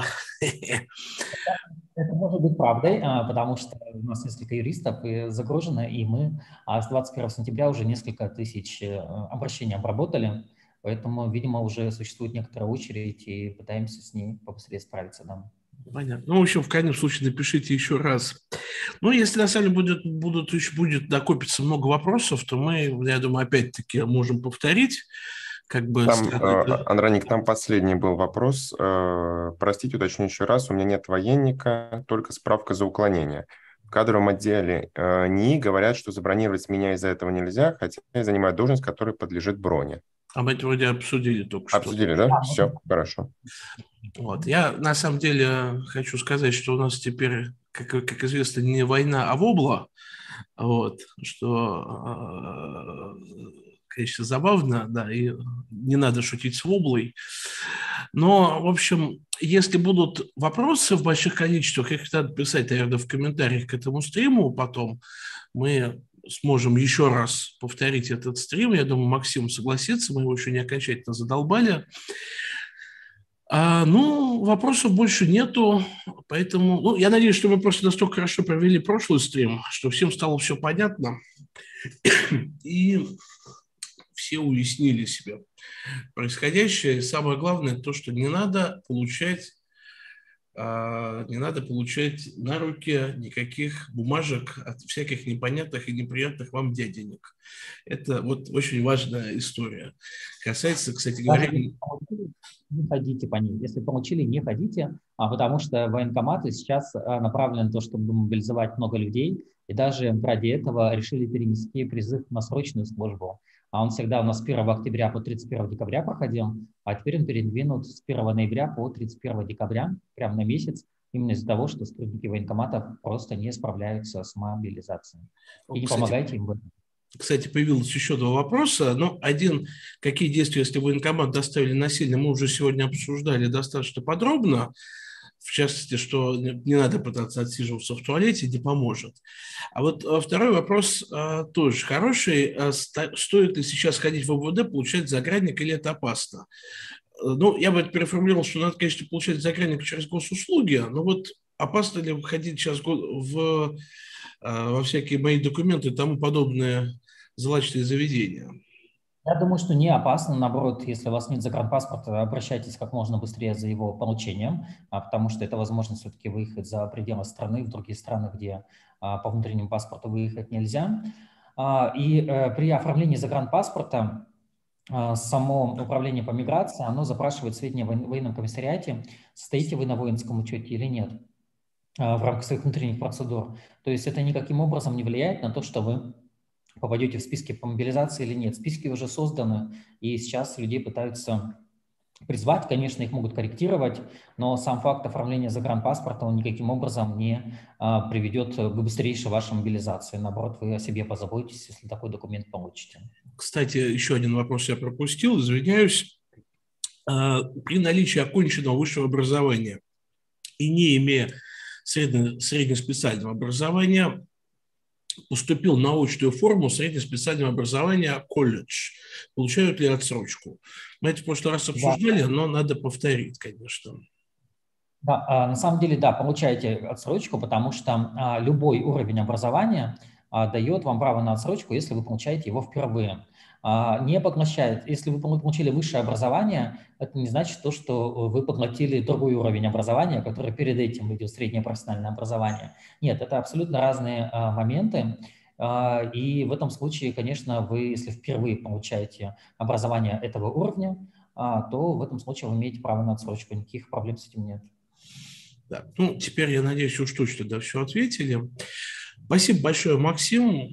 Это может быть правдой, потому что у нас несколько юристов загружено, и мы с 21 сентября уже несколько тысяч обращений обработали, Поэтому, видимо, уже существует некоторая очередь, и пытаемся с ней побыстрее справиться, да. Понятно. Ну, в общем, в крайнем случае напишите еще раз. Ну, если на самом деле будет накопиться много вопросов, то мы, я думаю, опять-таки можем повторить. Как бы Там, Андроник, там последний был вопрос. Простите, уточню еще раз. У меня нет военника, только справка за уклонение. В кадровом отделе НИИ говорят, что забронировать меня из-за этого нельзя, хотя я занимаю должность, которая подлежит броне. А мы это вроде обсудили только что. Обсудили, да? Все, хорошо. Вот. Я на самом деле хочу сказать, что у нас теперь, как известно, не война, а вобла. Вот, что, конечно, забавно, да, и не надо шутить с воблой. Но, в общем, если будут вопросы в больших количествах, их надо писать, наверное, в комментариях к этому стриму потом. Мы сможем еще раз повторить этот стрим. Я думаю, Максим согласится, мы его еще не окончательно задолбали. Ну, вопросов больше нету, поэтому, ну, я надеюсь, что мы просто настолько хорошо провели прошлый стрим, что всем стало все понятно, и все уяснили себе происходящее. И самое главное то, что не надо получать на руки никаких бумажек от всяких непонятных и неприятных вам дяденек. Это вот очень важная история. Касается, кстати говоря... Не ходите по ней. Если получили, не ходите, потому что военкоматы сейчас направлены на то, чтобы мобилизовать много людей, и даже ради этого решили перенести призыв на срочную службу. А он всегда у нас с 1 октября по 31 декабря проходил, а теперь он передвинут с 1 ноября по 31 декабря, прямо на месяц, именно из-за того, что сотрудники военкоматов просто не справляются с мобилизацией. И не помогайте им в этом. Кстати, появилось еще два вопроса. Ну, один, какие действия, если военкомат доставили насильно, мы уже сегодня обсуждали достаточно подробно. В частности, что не надо пытаться отсиживаться в туалете, не поможет. А вот второй вопрос тоже хороший. Стоит ли сейчас ходить в МВД, получать загранник, или это опасно? Ну, я бы это переформулировал, что надо, конечно, получать загранник через госуслуги, но вот опасно ли ходить сейчас во всякие мои документы и тому подобные злачные заведения? Я думаю, что не опасно. Наоборот, если у вас нет загранпаспорта, обращайтесь как можно быстрее за его получением, потому что это возможность все-таки выехать за пределы страны, в другие страны, где по внутреннему паспорту выехать нельзя. И при оформлении загранпаспорта само управление по миграции, оно запрашивает сведения в военном комиссариате, состоите вы на воинском учете или нет в рамках своих внутренних процедур. То есть это никаким образом не влияет на то, что вы попадете в списки по мобилизации или нет. Списки уже созданы, и сейчас людей пытаются призвать, конечно, их могут корректировать, но сам факт оформления загранпаспорта, он никаким образом не приведет к быстрейшей вашей мобилизации. Наоборот, вы о себе позаботитесь, если такой документ получите. Кстати, еще один вопрос я пропустил, извиняюсь. При наличии оконченного высшего образования и не имея среднеспециального образования, поступил на очную форму среднеспециального образования колледж. Получают ли отсрочку? Мы это в прошлый раз обсуждали, да, но надо повторить, конечно. Да, на самом деле, да, получаете отсрочку, потому что любой уровень образования дает вам право на отсрочку, если вы получаете его впервые. Не поглощает. Если вы получили высшее образование, это не значит то, что вы поглотили другой уровень образования, который перед этим идет среднее профессиональное образование. Нет, это абсолютно разные моменты. И в этом случае, конечно, вы, если впервые получаете образование этого уровня, то в этом случае вы имеете право на отсрочку. Никаких проблем с этим нет. Да. Ну, теперь, я надеюсь, уж точно да, все ответили. Спасибо большое, Максим.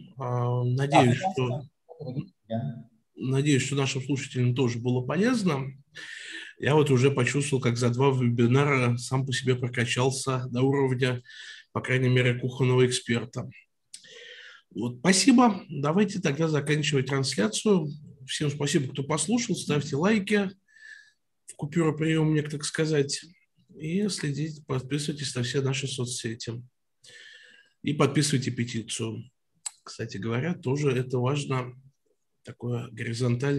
Надеюсь, что нашим слушателям тоже было полезно. Я вот уже почувствовал, как за 2 вебинара сам по себе прокачался до уровня, по крайней мере, кухонного эксперта. Вот, спасибо. Давайте тогда заканчивать трансляцию. Всем спасибо, кто послушал. Ставьте лайки в купюроприемник, так сказать. И следите, подписывайтесь на все наши соцсети. И подписывайте петицию. Кстати говоря, тоже это важно, такое горизонтальное.